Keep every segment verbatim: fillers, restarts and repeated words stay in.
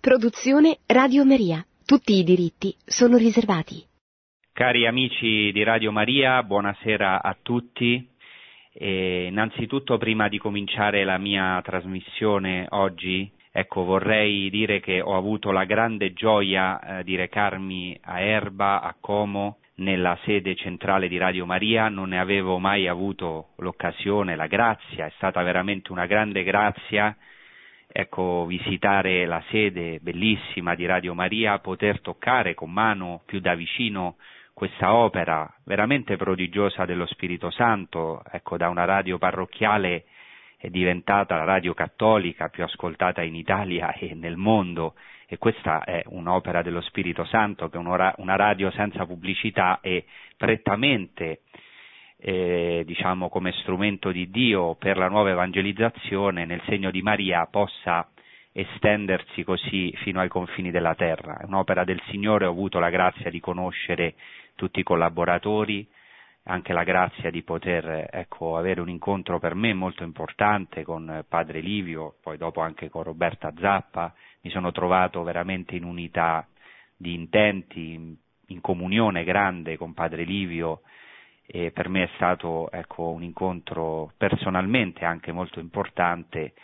Produzione Radio Maria. Tutti i diritti sono riservati. Cari amici di Radio Maria, buonasera a tutti. E innanzitutto, prima di cominciare la mia trasmissione oggi, ecco, vorrei dire che ho avuto la grande gioia eh, di recarmi a Erba, a Como, nella sede centrale di Radio Maria. Non ne avevo mai avuto l'occasione, la grazia, è stata veramente una grande grazia, ecco, visitare la sede bellissima di Radio Maria, poter toccare con mano più da vicino questa opera veramente prodigiosa dello Spirito Santo. Ecco, da una radio parrocchiale è diventata la radio cattolica più ascoltata in Italia e nel mondo, e questa è un'opera dello Spirito Santo, che è una radio senza pubblicità e prettamente eh, diciamo come strumento di Dio per la nuova evangelizzazione nel segno di Maria possa estendersi così fino ai confini della terra. È un'opera del Signore. Ho avuto la grazia di conoscere tutti i collaboratori, anche la grazia di poter ecco, avere un incontro per me molto importante con Padre Livio, poi dopo anche con Roberta Zappa. Mi sono trovato veramente in unità di intenti, in, in comunione grande con Padre Livio, e per me è stato ecco, un incontro personalmente anche molto importante,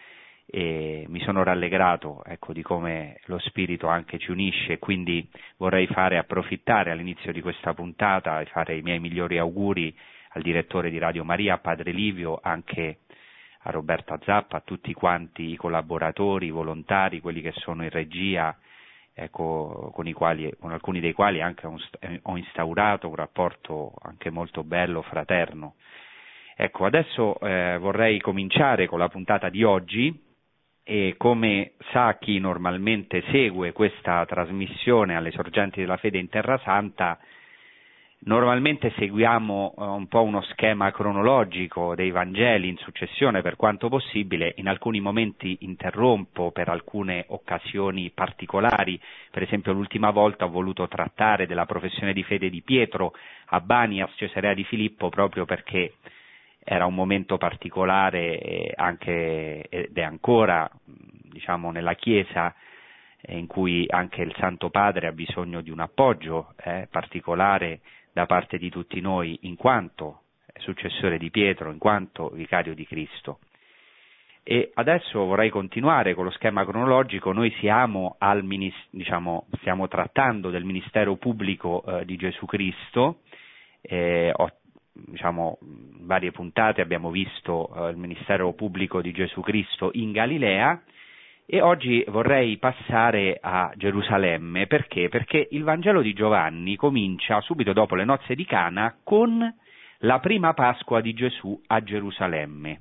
e mi sono rallegrato ecco, di come lo Spirito anche ci unisce. Quindi vorrei fare approfittare all'inizio di questa puntata e fare i miei migliori auguri al direttore di Radio Maria, a Padre Livio, anche a Roberta Zappa, a tutti quanti i collaboratori, i volontari, quelli che sono in regia, ecco, con i quali, con alcuni dei quali anche ho instaurato un rapporto anche molto bello, fraterno. Ecco, adesso eh, vorrei cominciare con la puntata di oggi. E come sa chi normalmente segue questa trasmissione alle sorgenti della fede in Terra Santa, normalmente seguiamo un po' uno schema cronologico dei Vangeli in successione per quanto possibile. In alcuni momenti interrompo per alcune occasioni particolari. Per esempio, l'ultima volta ho voluto trattare della professione di fede di Pietro a Banias, Cesarea di Filippo, proprio perché era un momento particolare anche, ed è ancora, diciamo, nella Chiesa, in cui anche il Santo Padre ha bisogno di un appoggio eh, particolare da parte di tutti noi, in quanto successore di Pietro, in quanto vicario di Cristo. E adesso vorrei continuare con lo schema cronologico. Noi siamo al diciamo, stiamo trattando del ministero pubblico eh, di Gesù Cristo. Eh, ho diciamo varie puntate abbiamo visto eh, il ministero pubblico di Gesù Cristo in Galilea, e oggi vorrei passare a Gerusalemme. Perché? Perché il Vangelo di Giovanni comincia subito dopo le nozze di Cana con la prima Pasqua di Gesù a Gerusalemme.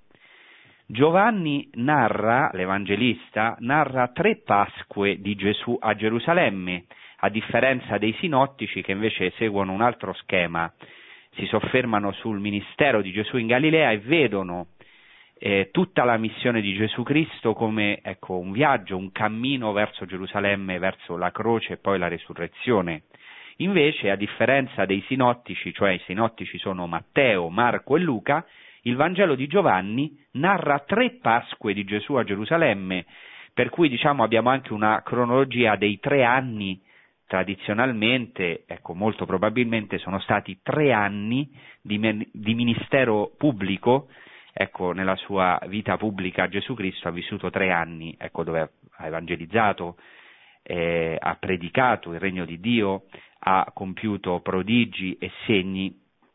Giovanni narra, l'Evangelista, narra tre Pasque di Gesù a Gerusalemme, a differenza dei sinottici che invece seguono un altro schema. Si soffermano sul ministero di Gesù in Galilea e vedono eh, tutta la missione di Gesù Cristo come ecco, un viaggio, un cammino verso Gerusalemme, verso la croce e poi la resurrezione. Invece, a differenza dei sinottici, cioè i sinottici sono Matteo, Marco e Luca, il Vangelo di Giovanni narra tre Pasque di Gesù a Gerusalemme, per cui diciamo abbiamo anche una cronologia dei tre anni. Tradizionalmente, ecco, molto probabilmente sono stati tre anni di, di ministero pubblico. Ecco, nella sua vita pubblica Gesù Cristo ha vissuto tre anni, ecco, dove ha evangelizzato, eh, ha predicato il regno di Dio, ha compiuto prodigi e segni.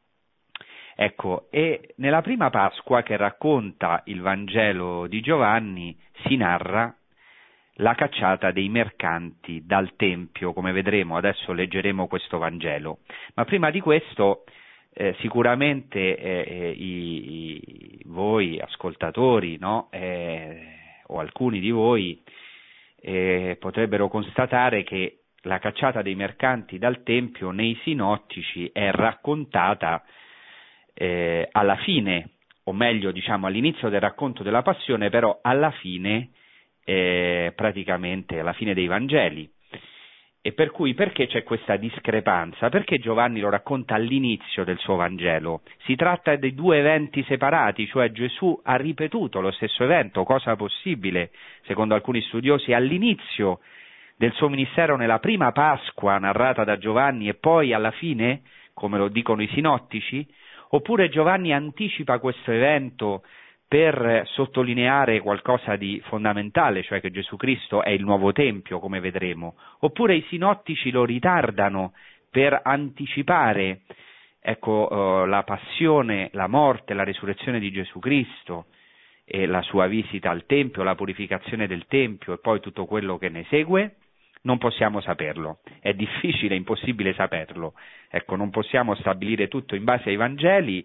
Ecco, e nella prima Pasqua che racconta il Vangelo di Giovanni si narra la cacciata dei mercanti dal Tempio, come vedremo. Adesso leggeremo questo Vangelo, ma prima di questo eh, sicuramente eh, i, i, voi ascoltatori, no? eh, o alcuni di voi eh, potrebbero constatare che la cacciata dei mercanti dal Tempio nei sinottici è raccontata eh, alla fine, o meglio diciamo all'inizio del racconto della Passione, però alla fine Eh, praticamente alla fine dei Vangeli. E per cui perché c'è questa discrepanza? Perché Giovanni lo racconta all'inizio del suo Vangelo? Si tratta di due eventi separati, cioè Gesù ha ripetuto lo stesso evento, cosa possibile, secondo alcuni studiosi, all'inizio del suo ministero nella prima Pasqua narrata da Giovanni e poi alla fine, come lo dicono i sinottici, oppure Giovanni anticipa questo evento per sottolineare qualcosa di fondamentale, cioè che Gesù Cristo è il nuovo Tempio, come vedremo, oppure i sinottici lo ritardano per anticipare, ecco, eh, la passione, la morte, la resurrezione di Gesù Cristo e la sua visita al Tempio, la purificazione del Tempio e poi tutto quello che ne segue. Non possiamo saperlo, è difficile, impossibile saperlo, ecco, non possiamo stabilire tutto in base ai Vangeli,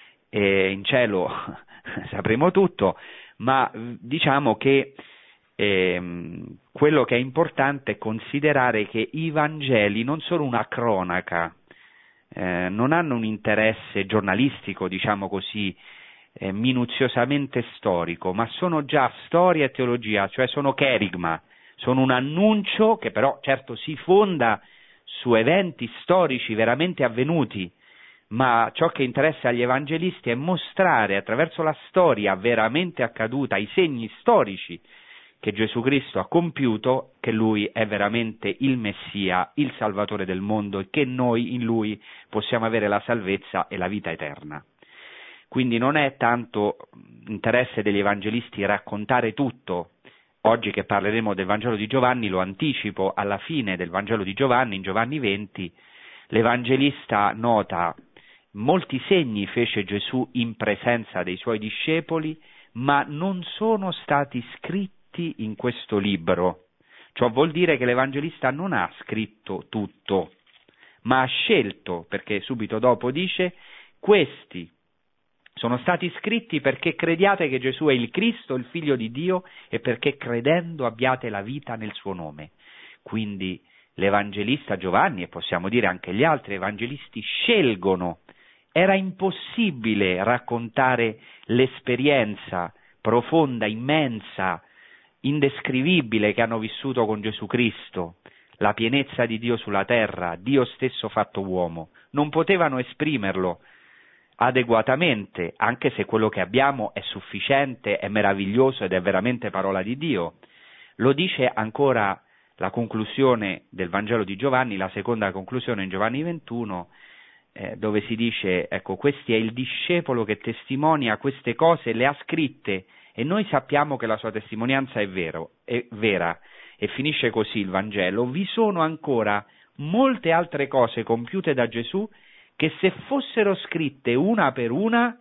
e in cielo sapremo tutto, ma diciamo che ehm, quello che è importante è considerare che i Vangeli non sono una cronaca, eh, non hanno un interesse giornalistico, diciamo così, eh, minuziosamente storico, ma sono già storia e teologia, cioè sono cherigma, sono un annuncio che però certo si fonda su eventi storici veramente avvenuti, ma ciò che interessa agli evangelisti è mostrare attraverso la storia veramente accaduta, i segni storici che Gesù Cristo ha compiuto, che Lui è veramente il Messia, il Salvatore del mondo e che noi in Lui possiamo avere la salvezza e la vita eterna. Quindi non è tanto interesse degli evangelisti raccontare tutto. Oggi che parleremo del Vangelo di Giovanni, lo anticipo, alla fine del Vangelo di Giovanni, in Giovanni venti, l'Evangelista nota: molti segni fece Gesù in presenza dei suoi discepoli, ma non sono stati scritti in questo libro. Ciò vuol dire che l'Evangelista non ha scritto tutto, ma ha scelto, perché subito dopo dice: questi sono stati scritti perché crediate che Gesù è il Cristo, il Figlio di Dio, e perché credendo abbiate la vita nel suo nome. Quindi l'Evangelista Giovanni, e possiamo dire anche gli altri evangelisti, scelgono. Era impossibile raccontare l'esperienza profonda, immensa, indescrivibile che hanno vissuto con Gesù Cristo, la pienezza di Dio sulla terra, Dio stesso fatto uomo. Non potevano esprimerlo adeguatamente, anche se quello che abbiamo è sufficiente, è meraviglioso ed è veramente parola di Dio. Lo dice ancora la conclusione del Vangelo di Giovanni, la seconda conclusione in Giovanni ventuno, eh, dove si dice, ecco, questi è il discepolo che testimonia queste cose, le ha scritte, e noi sappiamo che la sua testimonianza è, vero, è vera, e finisce così il Vangelo: vi sono ancora molte altre cose compiute da Gesù che se fossero scritte una per una,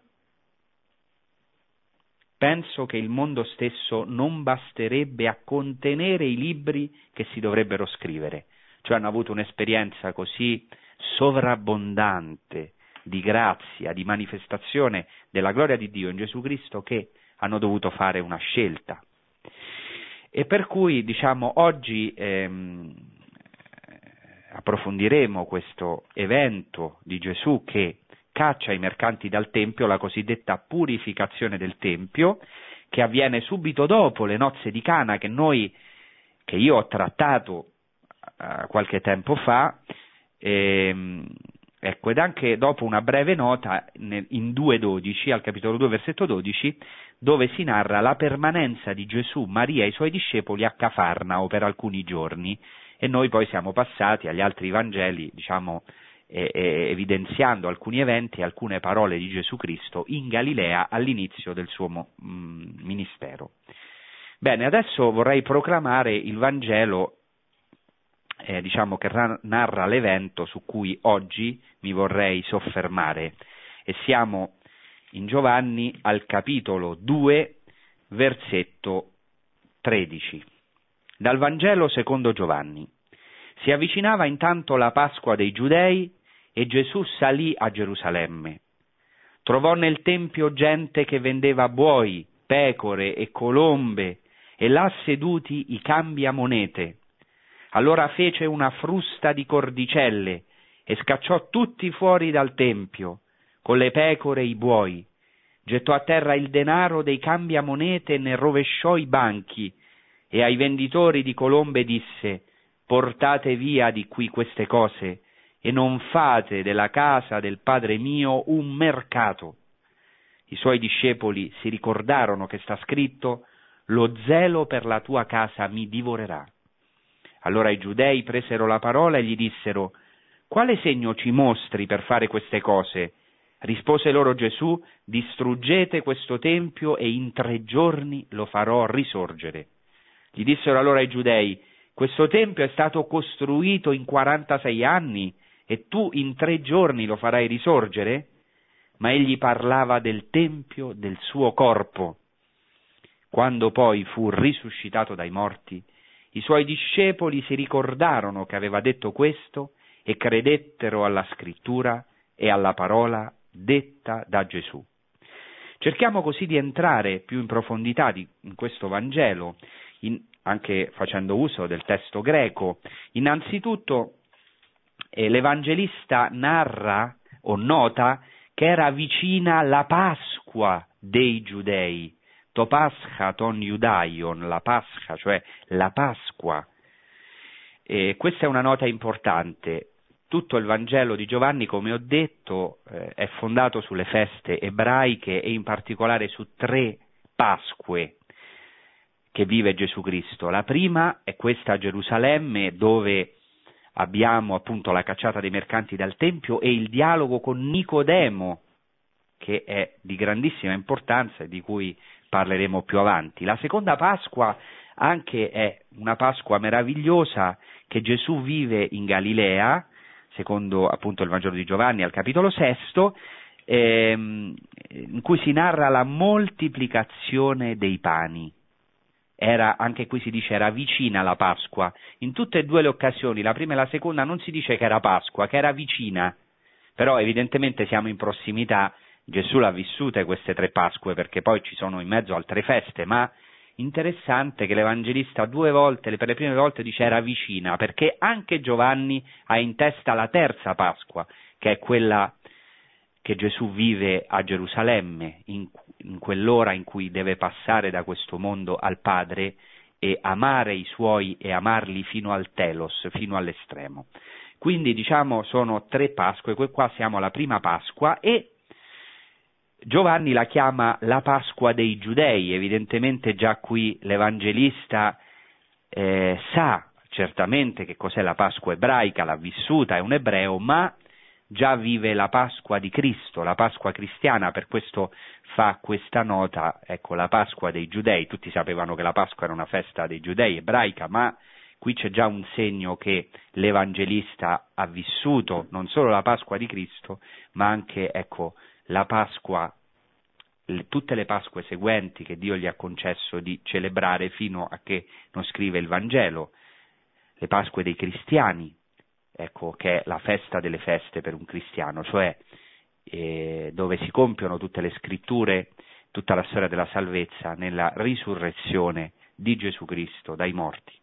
penso che il mondo stesso non basterebbe a contenere i libri che si dovrebbero scrivere. Cioè hanno avuto un'esperienza così sovrabbondante di grazia, di manifestazione della gloria di Dio in Gesù Cristo, che hanno dovuto fare una scelta. E per cui, diciamo, oggi ehm, approfondiremo questo evento di Gesù che caccia i mercanti dal Tempio, la cosiddetta purificazione del Tempio, che avviene subito dopo le nozze di Cana, che noi, che io ho trattato uh, qualche tempo fa, ehm, ecco, ed anche dopo una breve nota nel, in due dodici, al capitolo due, versetto dodici, dove si narra la permanenza di Gesù, Maria e i suoi discepoli a Cafarnao per alcuni giorni, e noi poi siamo passati agli altri Vangeli, diciamo, eh, eh, evidenziando alcuni eventi e alcune parole di Gesù Cristo in Galilea all'inizio del suo mo- mh, ministero. Bene, adesso vorrei proclamare il Vangelo, eh, diciamo, che ra- narra l'evento su cui oggi mi vorrei soffermare, e siamo in Giovanni al capitolo due, versetto tredici. Dal Vangelo secondo Giovanni. Si avvicinava intanto la Pasqua dei Giudei e Gesù salì a Gerusalemme. Trovò nel Tempio gente che vendeva buoi, pecore e colombe, e là seduti i cambiamonete. Allora fece una frusta di cordicelle e scacciò tutti fuori dal Tempio, con le pecore e i buoi. Gettò a terra il denaro dei cambiamonete e ne rovesciò i banchi, e ai venditori di colombe disse: portate via di qui queste cose e non fate della casa del Padre mio un mercato. I suoi discepoli si ricordarono che sta scritto: lo zelo per la tua casa mi divorerà. Allora i giudei presero la parola e gli dissero: «Quale segno ci mostri per fare queste cose?» Rispose loro Gesù: «Distruggete questo tempio e in tre giorni lo farò risorgere». Gli dissero allora i giudei: «Questo tempio è stato costruito in quarantasei anni e tu in tre giorni lo farai risorgere?» Ma egli parlava del tempio del suo corpo. Quando poi fu risuscitato dai morti, i suoi discepoli si ricordarono che aveva detto questo e credettero alla scrittura e alla parola detta da Gesù. Cerchiamo così di entrare più in profondità di, in questo Vangelo, in, anche facendo uso del testo greco. Innanzitutto eh, l'Evangelista narra o nota che era vicina la Pasqua dei Giudei, to Pascha ton Iudaion, la Pascha, cioè la Pasqua. E questa è una nota importante. Tutto il Vangelo di Giovanni, come ho detto, eh, è fondato sulle feste ebraiche e in particolare su tre Pasque che vive Gesù Cristo. La prima è questa a Gerusalemme, dove abbiamo appunto la cacciata dei mercanti dal Tempio e il dialogo con Nicodemo, che è di grandissima importanza e di cui parleremo più avanti. La seconda Pasqua anche è una Pasqua meravigliosa che Gesù vive in Galilea, secondo appunto il Vangelo di Giovanni al capitolo sesto, ehm, in cui si narra la moltiplicazione dei pani. Era, anche qui si dice era vicina la Pasqua. In tutte e due le occasioni, la prima e la seconda, non si dice che era Pasqua, che era vicina. Però evidentemente siamo in prossimità. Gesù l'ha vissute queste tre Pasque, perché poi ci sono in mezzo altre feste, ma interessante che l'Evangelista due volte, per le prime volte dice era vicina, perché anche Giovanni ha in testa la terza Pasqua, che è quella che Gesù vive a Gerusalemme, in, in quell'ora in cui deve passare da questo mondo al Padre e amare i suoi e amarli fino al telos, fino all'estremo. Quindi diciamo sono tre Pasque, qua siamo alla prima Pasqua e Giovanni la chiama la Pasqua dei Giudei. Evidentemente già qui l'Evangelista eh, sa certamente che cos'è la Pasqua ebraica, l'ha vissuta, è un ebreo, ma già vive la Pasqua di Cristo, la Pasqua cristiana, per questo fa questa nota, ecco, la Pasqua dei Giudei. Tutti sapevano che la Pasqua era una festa dei Giudei, ebraica, ma qui c'è già un segno che l'Evangelista ha vissuto non solo la Pasqua di Cristo, ma anche, ecco, la Pasqua, le, tutte le Pasque seguenti che Dio gli ha concesso di celebrare fino a che non scrive il Vangelo, le Pasque dei cristiani, ecco, che è la festa delle feste per un cristiano, cioè eh, dove si compiono tutte le scritture, tutta la storia della salvezza nella risurrezione di Gesù Cristo dai morti.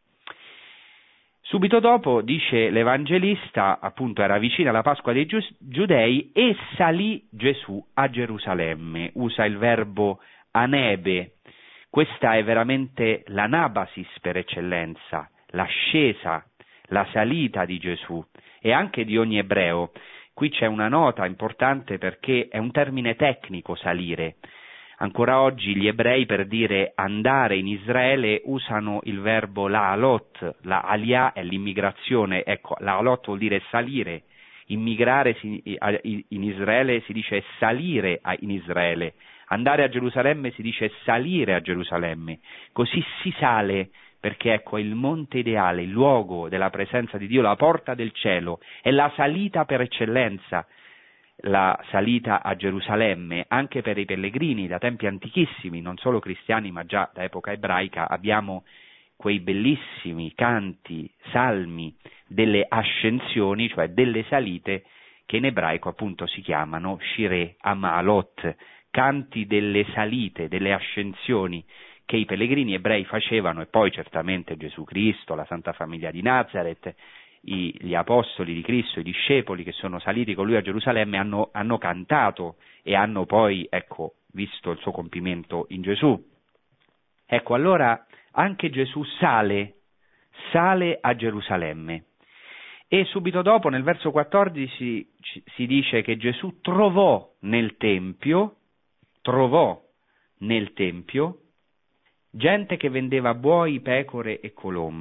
Subito dopo, dice l'Evangelista, appunto era vicina la Pasqua dei Giudei e salì Gesù a Gerusalemme, usa il verbo anebe. Questa è veramente l'anabasis per eccellenza, l'ascesa, la salita di Gesù e anche di ogni ebreo. Qui c'è una nota importante perché è un termine tecnico salire. Ancora oggi gli ebrei per dire andare in Israele usano il verbo la'alot, la alia è l'immigrazione, ecco, la'alot vuol dire salire, immigrare in Israele si dice salire in Israele, andare a Gerusalemme si dice salire a Gerusalemme, così si sale perché ecco è il monte ideale, il luogo della presenza di Dio, la porta del cielo, è la salita per eccellenza, la salita a Gerusalemme. Anche per i pellegrini da tempi antichissimi, non solo cristiani ma già da epoca ebraica, abbiamo quei bellissimi canti, salmi delle ascensioni, cioè delle salite, che in ebraico appunto si chiamano Shireh Amalot, canti delle salite, delle ascensioni che i pellegrini ebrei facevano, e poi certamente Gesù Cristo, la Santa Famiglia di Nazareth, i, gli apostoli di Cristo, i discepoli che sono saliti con lui a Gerusalemme hanno, hanno cantato e hanno poi, ecco, visto il suo compimento in Gesù. Ecco, allora anche Gesù sale, sale a Gerusalemme. E subito dopo, nel verso quattordici, si dice che Gesù trovò nel Tempio, trovò nel Tempio, gente che vendeva buoi, pecore e colombe.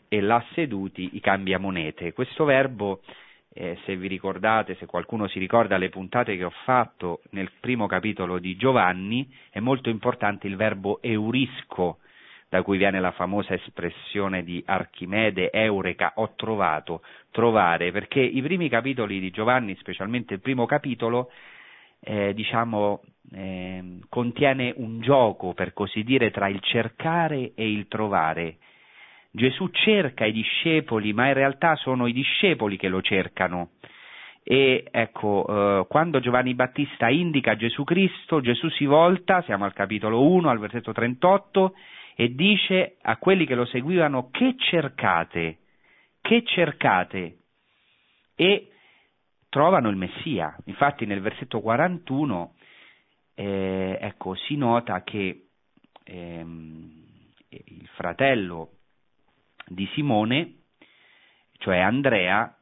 e là seduti i cambiamonete. Questo verbo, eh, se vi ricordate, se qualcuno si ricorda le puntate che ho fatto nel primo capitolo di Giovanni, è molto importante il verbo eurisco, da cui viene la famosa espressione di Archimede, eureka, ho trovato, trovare, perché i primi capitoli di Giovanni, specialmente il primo capitolo, eh, diciamo, eh, contiene un gioco, per così dire, tra il cercare e il trovare. Gesù cerca i discepoli, ma in realtà sono i discepoli che lo cercano. E ecco, eh, quando Giovanni Battista indica Gesù Cristo, Gesù si volta, siamo al capitolo uno, al versetto trentotto, e dice a quelli che lo seguivano: che cercate? Che cercate? E trovano il Messia. Infatti nel versetto quarantuno eh, ecco, si nota che ehm, il fratello di Simone, cioè Andrea,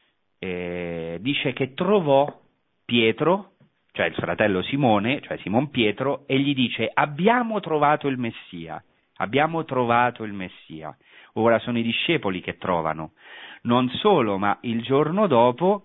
eh, dice che trovò Pietro, cioè il fratello Simone, cioè Simon Pietro, e gli dice: abbiamo trovato il Messia, abbiamo trovato il Messia. Ora sono i discepoli che trovano. Non solo, ma il giorno dopo,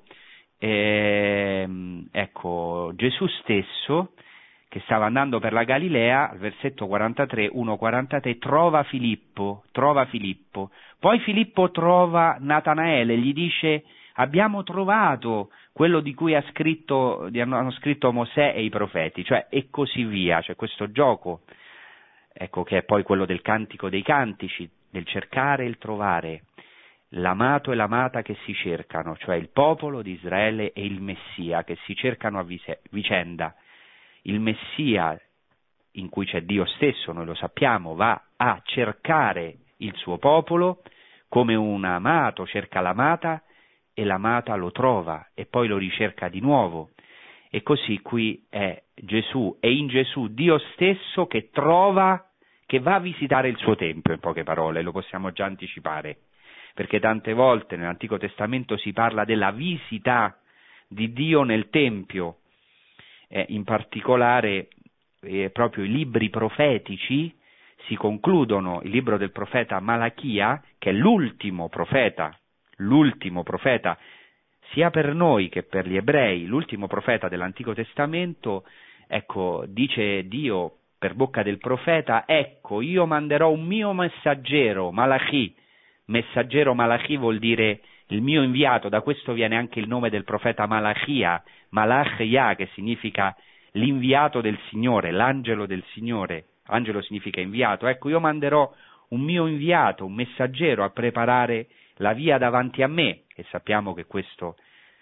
eh, ecco, Gesù stesso, che stava andando per la Galilea, al versetto quarantatré, uno quarantatré, trova Filippo, trova Filippo. Poi Filippo trova Natanaele, gli dice: abbiamo trovato quello di cui ha scritto, hanno scritto Mosè e i profeti, cioè, e così via. C'è questo gioco, ecco, che è poi quello del cantico dei cantici, del cercare e il trovare, l'amato e l'amata che si cercano, cioè il popolo di Israele e il Messia che si cercano a vicenda. Il Messia, in cui c'è Dio stesso, noi lo sappiamo, va a cercare il suo popolo come un amato cerca l'amata, e l'amata lo trova e poi lo ricerca di nuovo. E così qui è Gesù, è in Gesù Dio stesso che trova, che va a visitare il suo tempio, in poche parole, lo possiamo già anticipare, perché tante volte nell'Antico Testamento si parla della visita di Dio nel Tempio, eh, in particolare eh, proprio i libri profetici si concludono, il libro del profeta Malachia, che è l'ultimo profeta, l'ultimo profeta, sia per noi che per gli ebrei, l'ultimo profeta dell'Antico Testamento, ecco, dice Dio per bocca del profeta: ecco, io manderò un mio messaggero, Malachi. Messaggero Malachi vuol dire il mio inviato, da questo viene anche il nome del profeta Malachia, Malachia, che significa l'inviato del Signore, l'angelo del Signore. Angelo significa inviato. Ecco, io manderò un mio inviato, un messaggero a preparare la via davanti a me, e sappiamo che questo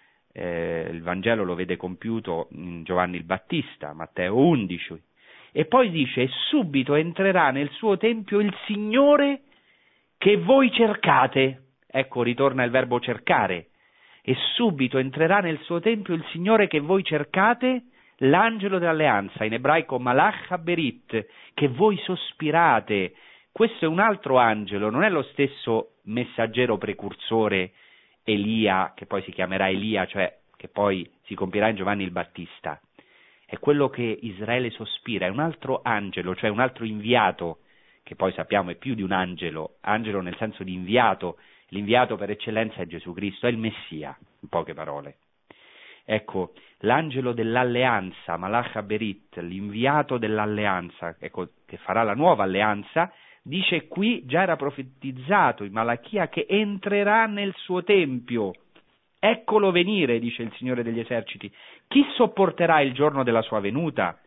eh, il Vangelo lo vede compiuto in Giovanni il Battista, Matteo undici, e poi dice: e subito entrerà nel suo tempio il Signore che voi cercate. Ecco, ritorna il verbo cercare. E subito entrerà nel suo tempio il Signore che voi cercate, l'angelo dell'alleanza, in ebraico Malach Haberit, che voi sospirate. Questo è un altro angelo, non è lo stesso messaggero precursore Elia, che poi si chiamerà Elia, cioè che poi si compierà in Giovanni il Battista. È quello che Israele sospira, è un altro angelo, cioè un altro inviato, che poi sappiamo è più di un angelo, angelo nel senso di inviato. L'inviato per eccellenza è Gesù Cristo, è il Messia, in poche parole. Ecco, l'angelo dell'alleanza, Malach Haberit, l'inviato dell'alleanza, ecco, che farà la nuova alleanza, dice qui, già era profetizzato in Malachia, che entrerà nel suo tempio. Eccolo venire, dice il Signore degli eserciti. Chi sopporterà il giorno della sua venuta?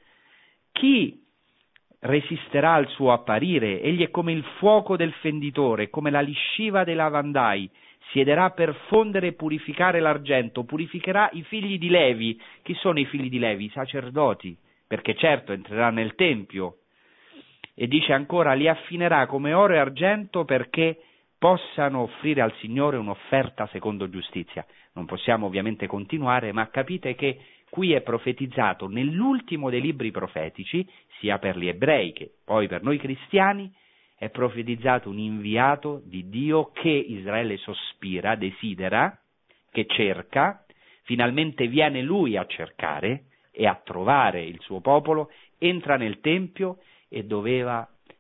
Chi resisterà al suo apparire? Egli è come il fuoco del fenditore, come la lisciva dei lavandai. Siederà per fondere e purificare l'argento, purificherà i figli di Levi. Chi sono i figli di Levi? I sacerdoti, perché certo entrerà nel Tempio. E dice ancora: li affinerà come oro e argento perché possano offrire al Signore un'offerta secondo giustizia. Non possiamo ovviamente continuare, ma capite che qui è profetizzato nell'ultimo dei libri profetici, sia per gli ebrei che poi per noi cristiani, è profetizzato un inviato di Dio che Israele sospira, desidera, che cerca, finalmente viene lui a cercare e a trovare il suo popolo, entra nel Tempio e doveva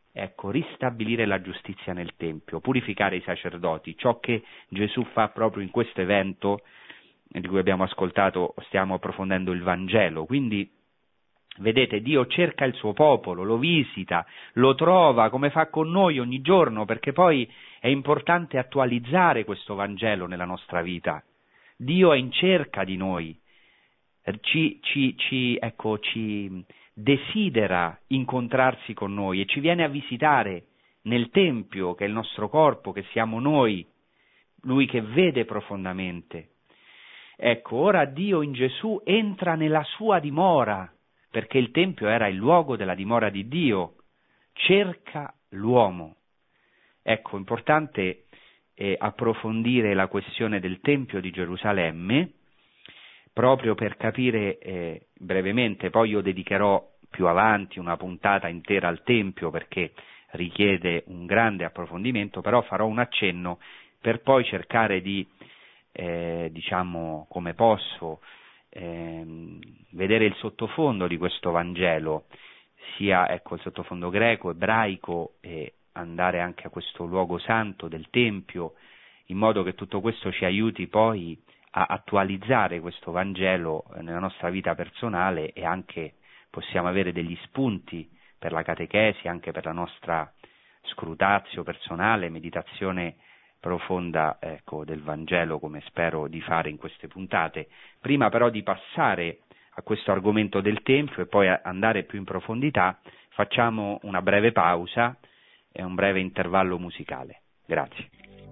ecco, ristabilire la giustizia nel Tempio, purificare i sacerdoti, ciò che Gesù fa proprio in questo evento di cui abbiamo ascoltato, stiamo approfondendo il Vangelo. Quindi, vedete, Dio cerca il suo popolo, lo visita, lo trova, come fa con noi ogni giorno, perché poi è importante attualizzare questo Vangelo nella nostra vita. Dio è in cerca di noi, ci, ci, ci, ecco, ci desidera incontrarsi con noi e ci viene a visitare nel Tempio, che è il nostro corpo, che siamo noi, Lui che vede profondamente. Ecco, ora Dio in Gesù entra nella sua dimora, perché il Tempio era il luogo della dimora di Dio, cerca l'uomo. Ecco, importante eh, approfondire la questione del Tempio di Gerusalemme, proprio per capire eh, brevemente, poi io dedicherò più avanti una puntata intera al Tempio perché richiede un grande approfondimento, però farò un accenno per poi cercare di, eh, diciamo, come posso, eh, vedere il sottofondo di questo Vangelo, sia ecco, il sottofondo greco, ebraico, e andare anche a questo luogo santo del Tempio, in modo che tutto questo ci aiuti poi a attualizzare questo Vangelo nella nostra vita personale e anche possiamo avere degli spunti per la catechesi, anche per la nostra scrutazio personale, meditazione profonda ecco, del Vangelo, come spero di fare in queste puntate. Prima però di passare a questo argomento del Tempio e poi andare più in profondità, facciamo una breve pausa e un breve intervallo musicale. Grazie.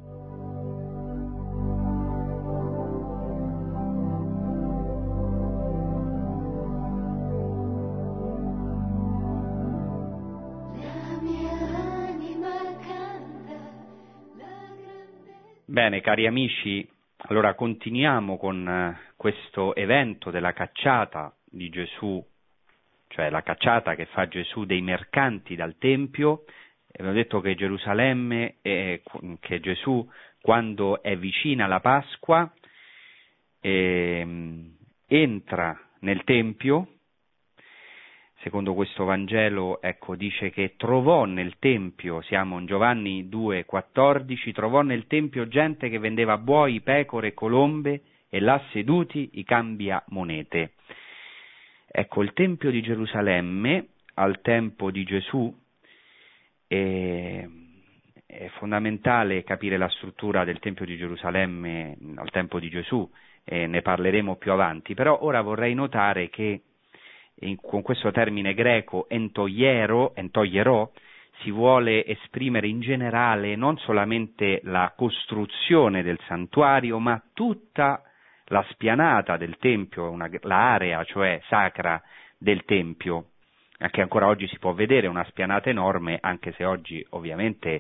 Bene, cari amici, allora continuiamo con questo evento della cacciata di Gesù, cioè la cacciata che fa Gesù dei mercanti dal Tempio. Abbiamo detto che Gerusalemme, è, che Gesù quando è vicina la Pasqua eh, entra nel Tempio. Secondo questo Vangelo, ecco, dice che trovò nel Tempio, siamo in Giovanni due quattordici, trovò nel Tempio gente che vendeva buoi, pecore, colombe e là seduti i cambiamonete. Ecco, il Tempio di Gerusalemme, al tempo di Gesù, è, è fondamentale capire la struttura del Tempio di Gerusalemme al tempo di Gesù, e ne parleremo più avanti, però ora vorrei notare che In, con questo termine greco entoiero, entoierò, si vuole esprimere in generale non solamente la costruzione del santuario, ma tutta la spianata del Tempio, una, l'area cioè sacra del Tempio. Anche ancora oggi si può vedere una spianata enorme, anche se oggi ovviamente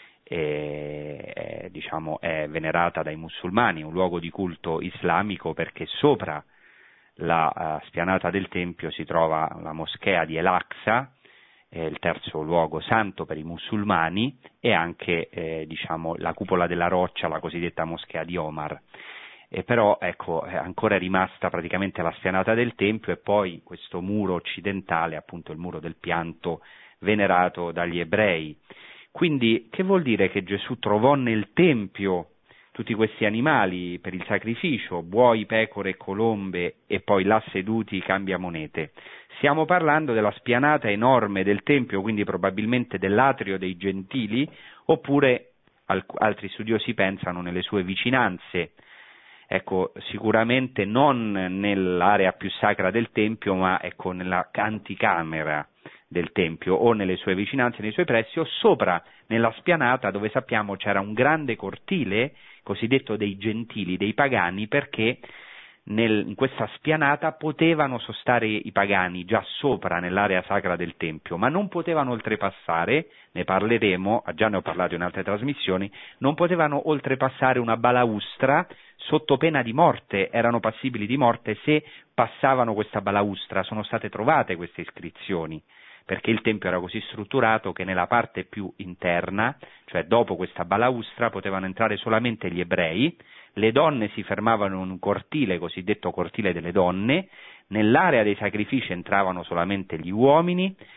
è, è, diciamo, è venerata dai musulmani, un luogo di culto islamico, perché sopra la uh, spianata del Tempio si trova la moschea di El-Aqsa, eh, il terzo luogo santo per i musulmani, e anche eh, diciamo, la cupola della roccia, la cosiddetta moschea di Omar. E però ecco, è ancora rimasta praticamente la spianata del Tempio e poi questo muro occidentale, appunto il muro del pianto, venerato dagli ebrei. Quindi che vuol dire che Gesù trovò nel Tempio tutti questi animali per il sacrificio, buoi, pecore, colombe e poi là seduti i cambiamonete? Stiamo parlando della spianata enorme del Tempio, quindi probabilmente dell'atrio dei Gentili, oppure altri studiosi pensano nelle sue vicinanze. Ecco, sicuramente non nell'area più sacra del Tempio, ma ecco nella anticamera del Tempio o nelle sue vicinanze, nei suoi pressi, o sopra nella spianata dove sappiamo c'era un grande cortile cosiddetto dei Gentili, dei pagani, perché nel, in questa spianata potevano sostare i pagani già sopra nell'area sacra del Tempio, ma non potevano oltrepassare, ne parleremo, già ne ho parlato in altre trasmissioni, non potevano oltrepassare una balaustra sotto pena di morte, erano passibili di morte se passavano questa balaustra. Sono state trovate queste iscrizioni, perché il Tempio era così strutturato che nella parte più interna, cioè dopo questa balaustra, potevano entrare solamente gli ebrei, le donne si fermavano in un cortile, cosiddetto cortile delle donne, nell'area dei sacrifici entravano solamente gli uomini,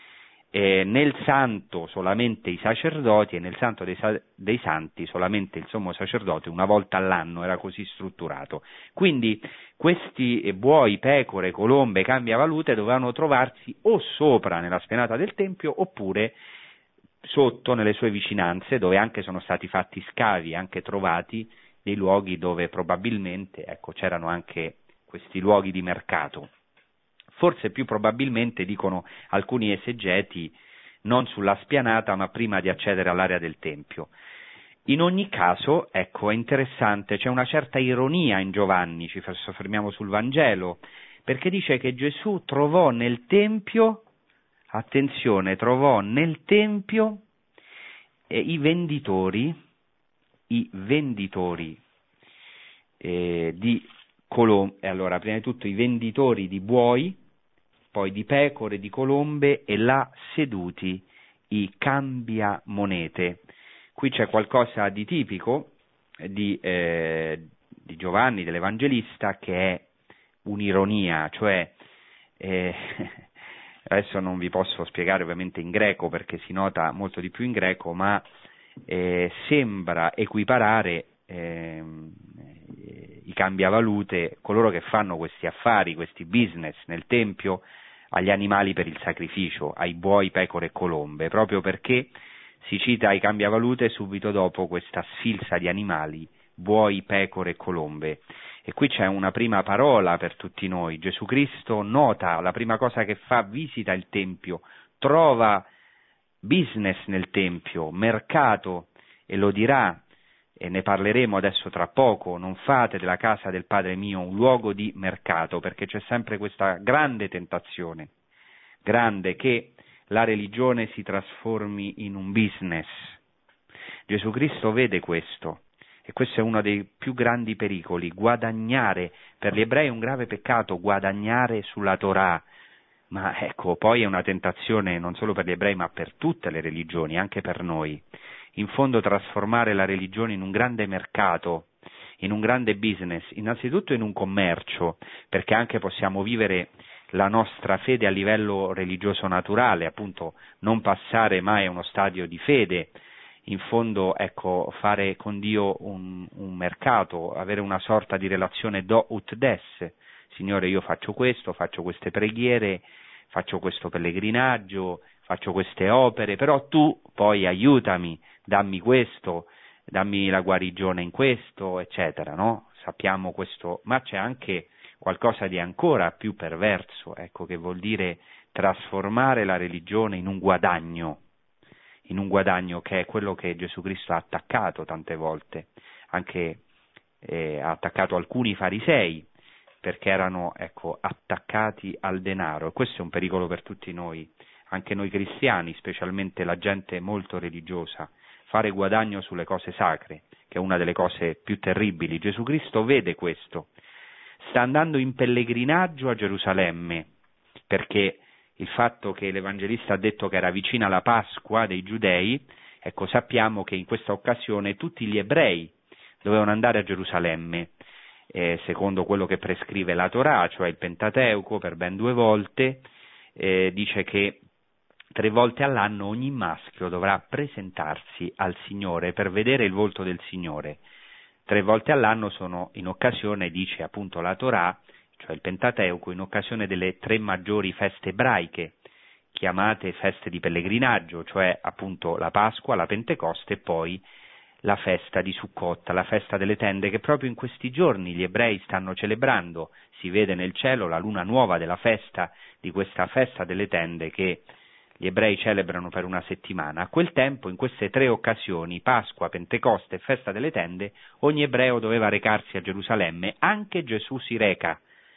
eh, nel santo solamente i sacerdoti e nel santo dei, dei santi solamente il sommo sacerdote una volta all'anno, era così strutturato. Quindi questi buoi, pecore, colombe, cambiavalute dovevano trovarsi o sopra nella spianata del Tempio oppure sotto nelle sue vicinanze, dove anche sono stati fatti scavi, anche trovati dei luoghi dove probabilmente, ecco, c'erano anche questi luoghi di mercato. Forse più probabilmente, dicono alcuni esegeti, non sulla spianata, ma prima di accedere all'area del Tempio. In ogni caso, ecco, è interessante, c'è una certa ironia in Giovanni, ci soffermiamo sul Vangelo, perché dice che Gesù trovò nel Tempio, attenzione, trovò nel Tempio eh, i venditori, i venditori eh, di colombe, allora prima di tutto i venditori di buoi, poi di pecore, di colombe e là seduti i cambiamonete. Qui c'è qualcosa di tipico di, eh, di Giovanni, dell'Evangelista, che è un'ironia, cioè eh, adesso non vi posso spiegare ovviamente in greco perché si nota molto di più in greco, ma eh, sembra equiparare eh, i cambiavalute, coloro che fanno questi affari, questi business nel Tempio, agli animali per il sacrificio, ai buoi, pecore e colombe, proprio perché si cita i cambiavalute subito dopo questa sfilza di animali, buoi, pecore e colombe. E qui c'è una prima parola per tutti noi. Gesù Cristo nota, la prima cosa che fa, visita il Tempio, trova business nel Tempio, mercato, e lo dirà, e ne parleremo adesso tra poco, non fate della casa del Padre mio un luogo di mercato, perché c'è sempre questa grande tentazione, grande, che la religione si trasformi in un business. Gesù Cristo vede questo, e questo è uno dei più grandi pericoli, guadagnare, per gli ebrei è un grave peccato guadagnare sulla Torah, ma ecco, poi è una tentazione non solo per gli ebrei ma per tutte le religioni, anche per noi. In fondo trasformare la religione in un grande mercato, in un grande business, innanzitutto in un commercio, perché anche possiamo vivere la nostra fede a livello religioso naturale, appunto non passare mai a uno stadio di fede, in fondo ecco fare con Dio un, un mercato, avere una sorta di relazione do ut des, Signore io faccio questo, faccio queste preghiere, faccio questo pellegrinaggio, faccio queste opere, però tu poi aiutami, dammi questo, dammi la guarigione in questo, eccetera, no? Sappiamo questo, ma c'è anche qualcosa di ancora più perverso, ecco, che vuol dire trasformare la religione in un guadagno, in un guadagno che è quello che Gesù Cristo ha attaccato tante volte, anche eh, ha attaccato alcuni farisei, perché erano, ecco, attaccati al denaro, e questo è un pericolo per tutti noi, anche noi cristiani, specialmente la gente molto religiosa, fare guadagno sulle cose sacre, che è una delle cose più terribili. Gesù Cristo vede questo, sta andando in pellegrinaggio a Gerusalemme, perché il fatto che l'Evangelista ha detto che era vicina la Pasqua dei Giudei, ecco, sappiamo che in questa occasione tutti gli ebrei dovevano andare a Gerusalemme, eh, secondo quello che prescrive la Torah, cioè il Pentateuco, per ben due volte, eh, dice che tre volte all'anno ogni maschio dovrà presentarsi al Signore per vedere il volto del Signore. Tre volte all'anno sono in occasione, dice appunto la Torah, cioè il Pentateuco, in occasione delle tre maggiori feste ebraiche, chiamate feste di pellegrinaggio, cioè appunto la Pasqua, la Pentecoste e poi la festa di Sukkot, la festa delle tende, che proprio in questi giorni gli ebrei stanno celebrando. Si vede nel cielo la luna nuova della festa, di questa festa delle tende che gli ebrei celebrano per una settimana. A quel tempo, in queste tre occasioni, Pasqua, Pentecoste e festa delle tende, ogni ebreo doveva recarsi a Gerusalemme, anche Gesù si reca,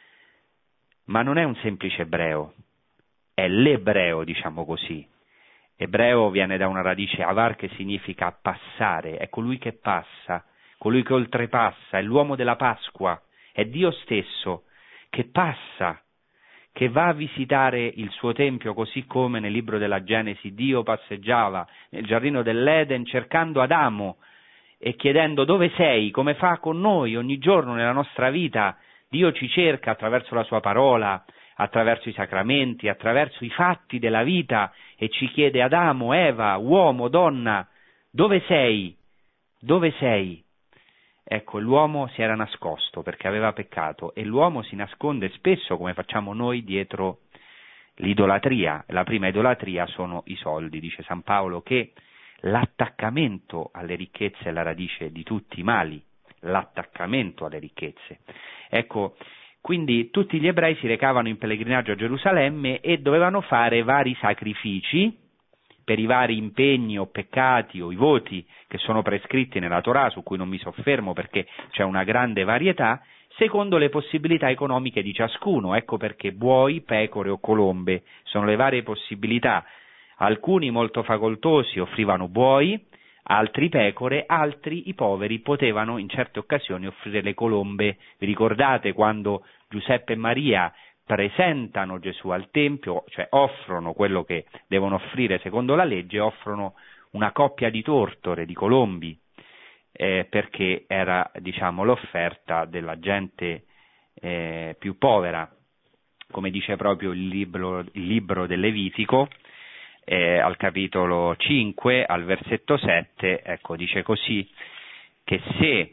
ma non è un semplice ebreo, è l'ebreo, diciamo così. Ebreo viene da una radice avar che significa passare, è colui che passa, colui che oltrepassa, è l'uomo della Pasqua, è Dio stesso che passa, che va a visitare il suo tempio, così come nel libro della Genesi Dio passeggiava nel giardino dell'Eden cercando Adamo e chiedendo dove sei, come fa con noi ogni giorno nella nostra vita. Dio ci cerca attraverso la sua parola, attraverso i sacramenti, attraverso i fatti della vita, e ci chiede: Adamo, Eva, uomo, donna, dove sei? Dove sei? Ecco, l'uomo si era nascosto perché aveva peccato, e l'uomo si nasconde spesso, come facciamo noi, dietro l'idolatria. La prima idolatria sono i soldi. Dice San Paolo che l'attaccamento alle ricchezze è la radice di tutti i mali, l'attaccamento alle ricchezze. Ecco, quindi tutti gli ebrei si recavano in pellegrinaggio a Gerusalemme e dovevano fare vari sacrifici per i vari impegni o peccati o i voti che sono prescritti nella Torah, su cui non mi soffermo perché c'è una grande varietà, secondo le possibilità economiche di ciascuno. Ecco perché buoi, pecore o colombe sono le varie possibilità. Alcuni molto facoltosi offrivano buoi, altri pecore, altri, i poveri, potevano in certe occasioni offrire le colombe. Vi ricordate quando Giuseppe e Maria presentano Gesù al Tempio, cioè offrono quello che devono offrire secondo la legge, offrono una coppia di tortore, di colombi, eh, perché era, diciamo, l'offerta della gente eh, più povera, come dice proprio il libro, il libro del Levitico, eh, al capitolo cinque, al versetto sette, ecco, dice così, che se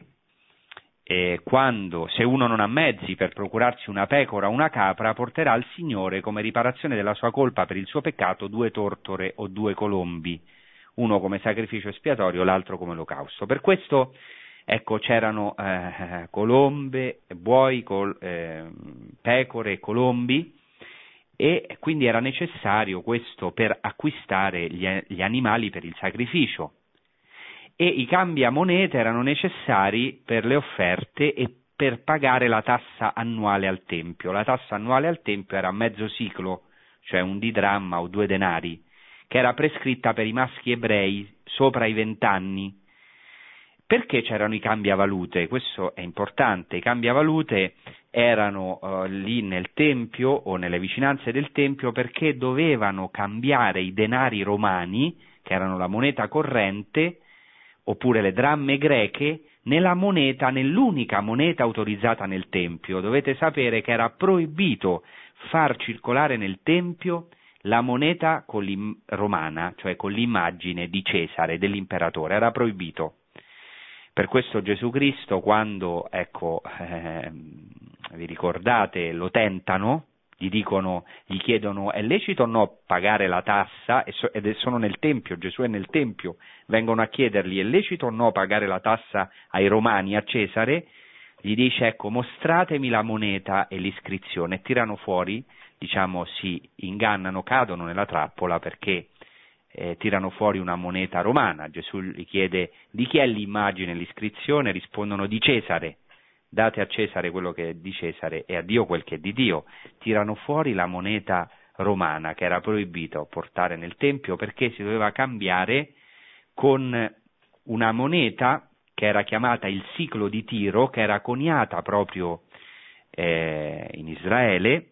E quando, se uno non ha mezzi per procurarsi una pecora o una capra, porterà al Signore come riparazione della sua colpa per il suo peccato due tortore o due colombi, uno come sacrificio espiatorio, l'altro come olocausto. Per questo, ecco, c'erano eh, colombe, buoi, col, eh, pecore e colombi, e quindi era necessario questo per acquistare gli, gli animali per il sacrificio. E i cambiamonete erano necessari per le offerte e per pagare la tassa annuale al Tempio. La tassa annuale al Tempio era mezzo siclo, cioè un didramma o due denari, che era prescritta per i maschi ebrei sopra i vent'anni. Perché c'erano i cambiavalute? Questo è importante. I cambiavalute erano uh, lì nel Tempio o nelle vicinanze del Tempio perché dovevano cambiare i denari romani, che erano la moneta corrente, oppure le dramme greche, nella moneta, nell'unica moneta autorizzata nel Tempio. Dovete sapere che era proibito far circolare nel Tempio la moneta con romana, cioè con l'immagine di Cesare, dell'imperatore, era proibito. Per questo Gesù Cristo, quando, ecco, eh, vi ricordate, lo tentano, gli dicono, gli chiedono: è lecito o no pagare la tassa? Ed sono nel Tempio, Gesù è nel Tempio, vengono a chiedergli: è lecito o no pagare la tassa ai Romani, a Cesare? Gli dice: ecco, mostratemi la moneta e l'iscrizione. E tirano fuori, diciamo, si ingannano, cadono nella trappola perché eh, tirano fuori una moneta romana. Gesù gli chiede: di chi è l'immagine e l'iscrizione? Rispondono: di Cesare. Date a Cesare quello che è di Cesare e a Dio quel che è di Dio. Tirano fuori la moneta romana, che era proibito portare nel Tempio perché si doveva cambiare con una moneta che era chiamata il siclo di Tiro, che era coniata proprio eh, in Israele,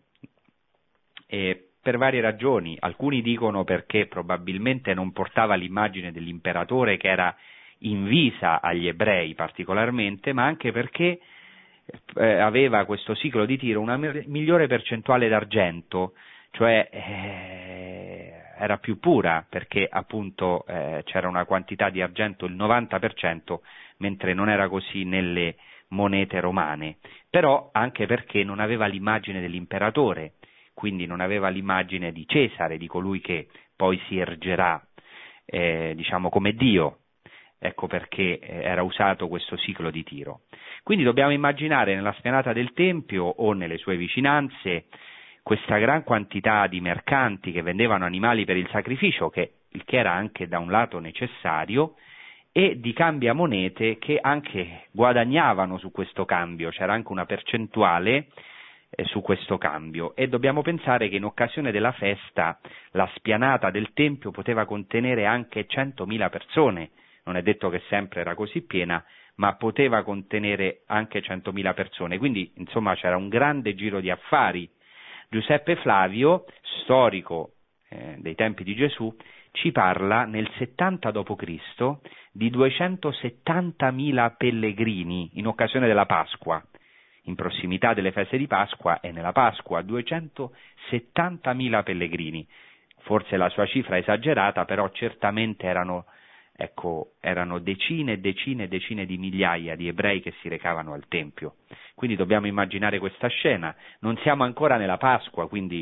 e per varie ragioni. Alcuni dicono perché probabilmente non portava l'immagine dell'imperatore, che era invisa agli ebrei particolarmente, ma anche perché eh, aveva questo siclo di Tiro una migliore percentuale d'argento, cioè eh, era più pura, perché appunto eh, c'era una quantità di argento il novanta per cento, mentre non era così nelle monete romane, però anche perché non aveva l'immagine dell'imperatore, quindi non aveva l'immagine di Cesare, di colui che poi si ergerà eh, diciamo come Dio. Ecco perché era usato questo siclo di Tiro. Quindi dobbiamo immaginare nella spianata del Tempio o nelle sue vicinanze questa gran quantità di mercanti che vendevano animali per il sacrificio, che, il che era anche da un lato necessario, e di cambiamonete che anche guadagnavano su questo cambio, c'era anche una percentuale eh, su questo cambio. E dobbiamo pensare che in occasione della festa la spianata del Tempio poteva contenere anche centomila persone. Non è detto che sempre era così piena, ma poteva contenere anche centomila persone, quindi insomma c'era un grande giro di affari. Giuseppe Flavio, storico eh, dei tempi di Gesù, ci parla nel settanta dopo Cristo di duecentosettantamila pellegrini in occasione della Pasqua. in prossimità delle feste di Pasqua e nella Pasqua, duecentosettantamila pellegrini. Forse la sua cifra è esagerata, però certamente erano, ecco, erano decine e decine e decine di migliaia di ebrei che si recavano al Tempio. Quindi dobbiamo immaginare questa scena. Non siamo ancora nella Pasqua, quindi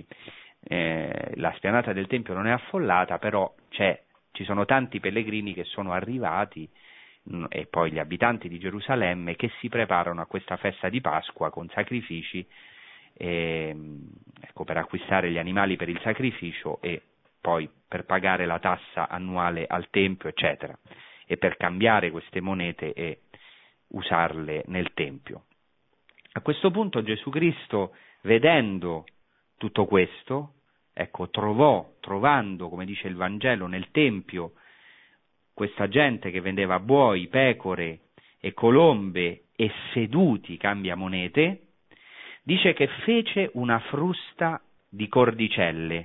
eh, la spianata del Tempio non è affollata, però c'è, ci sono tanti pellegrini che sono arrivati mh, e poi gli abitanti di Gerusalemme che si preparano a questa festa di Pasqua con sacrifici, e, ecco, per acquistare gli animali per il sacrificio e poi per pagare la tassa annuale al Tempio, eccetera, e per cambiare queste monete e usarle nel Tempio. A questo punto Gesù Cristo, vedendo tutto questo, ecco, trovò, trovando, come dice il Vangelo, nel Tempio questa gente che vendeva buoi, pecore e colombe e seduti cambiamonete, dice che fece una frusta di cordicelle.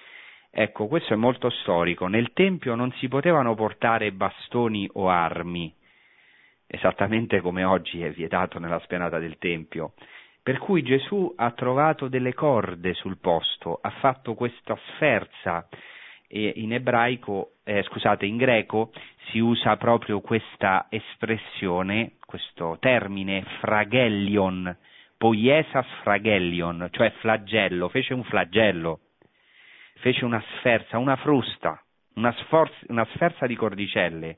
Ecco, questo è molto storico. Nel Tempio non si potevano portare bastoni o armi, esattamente come oggi è vietato nella spianata del Tempio. Per cui Gesù ha trovato delle corde sul posto, ha fatto questa sferza, e in ebraico, eh, scusate, in greco si usa proprio questa espressione, questo termine fragellion, poiesas fragellion, cioè flagello, fece un flagello, fece una sferza, una frusta, una, sforza, una sferza di cordicelle.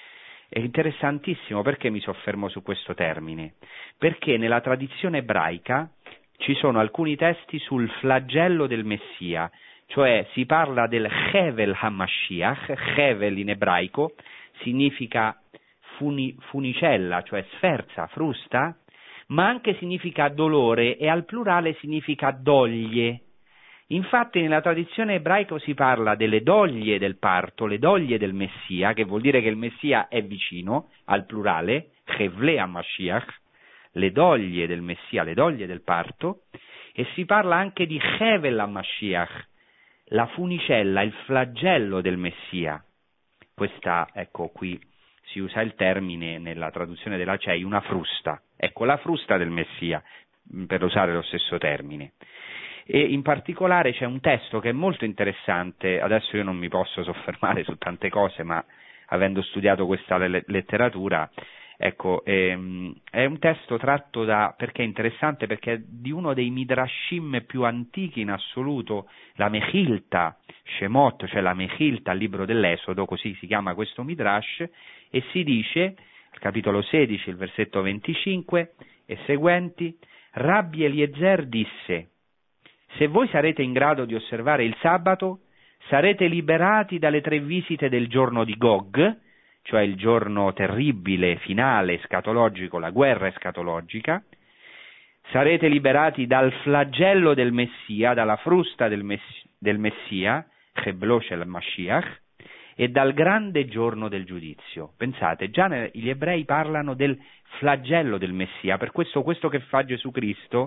È interessantissimo. Perché mi soffermo su questo termine? Perché nella tradizione ebraica ci sono alcuni testi sul flagello del Messia, cioè si parla del Hevel HaMashiach. Hevel in ebraico significa funi, funicella, cioè sferza, frusta, ma anche significa dolore e al plurale significa doglie. Infatti nella tradizione ebraica si parla delle doglie del parto, le doglie del Messia, che vuol dire che il Messia è vicino, al plurale, Hevle HaMashiach, le doglie del Messia, le doglie del parto, e si parla anche di Hevel HaMashiach, la funicella, il flagello del Messia. Questa, ecco, qui si usa il termine nella traduzione della C E I, una frusta. Ecco, la frusta del Messia, per usare lo stesso termine. E in particolare c'è un testo che è molto interessante. Adesso io non mi posso soffermare su tante cose, ma avendo studiato questa le- letteratura, ecco, ehm, è un testo tratto da, perché è interessante, perché è di uno dei midrashim più antichi in assoluto, la Mechilta, Shemot, cioè la Mechilta, il libro dell'Esodo, così si chiama questo midrash, e si dice, al capitolo sedici, il versetto venticinque e seguenti, Rabbi Eliezer disse: se voi sarete in grado di osservare il sabato, sarete liberati dalle tre visite del giorno di Gog, cioè il giorno terribile, finale, escatologico, la guerra escatologica, sarete liberati dal flagello del Messia, dalla frusta del, Mess- del Messia, Cheblo Shel Mashiach, e dal grande giorno del giudizio. Pensate, già ne- gli ebrei parlano del flagello del Messia, per questo questo che fa Gesù Cristo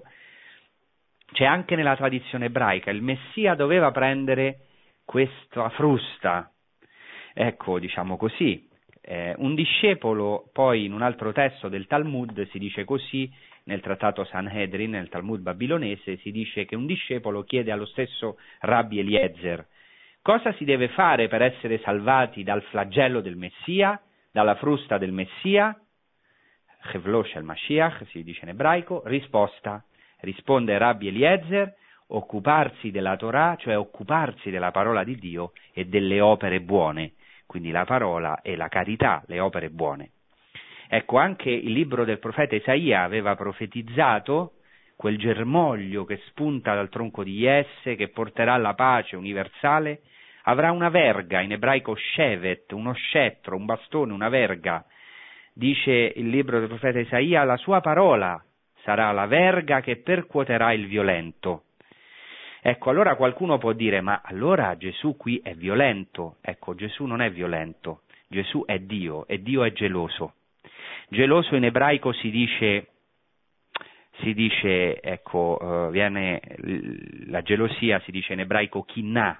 c'è anche nella tradizione ebraica. Il Messia doveva prendere questa frusta, ecco, diciamo così. Eh, un discepolo, poi in un altro testo del Talmud si dice così, nel trattato Sanhedrin, nel Talmud babilonese, si dice che un discepolo chiede allo stesso Rabbi Eliezer: cosa si deve fare per essere salvati dal flagello del Messia, dalla frusta del Messia? Chevlo Shel Mashiach, si dice in ebraico. Risposta: risponde Rabbi Eliezer, occuparsi della Torah, cioè occuparsi della parola di Dio e delle opere buone, quindi la parola e la carità, le opere buone. Ecco, anche il libro del profeta Isaia aveva profetizzato quel germoglio che spunta dal tronco di Jesse, che porterà la pace universale, avrà una verga, in ebraico shevet, uno scettro, un bastone, una verga. Dice il libro del profeta Isaia: la sua parola sarà la verga che percuoterà il violento. Ecco, allora qualcuno può dire: ma allora Gesù qui è violento? Ecco, Gesù non è violento, Gesù è Dio, e Dio è geloso. Geloso in ebraico si dice, si dice, ecco, eh, viene, la gelosia si dice in ebraico kinnah,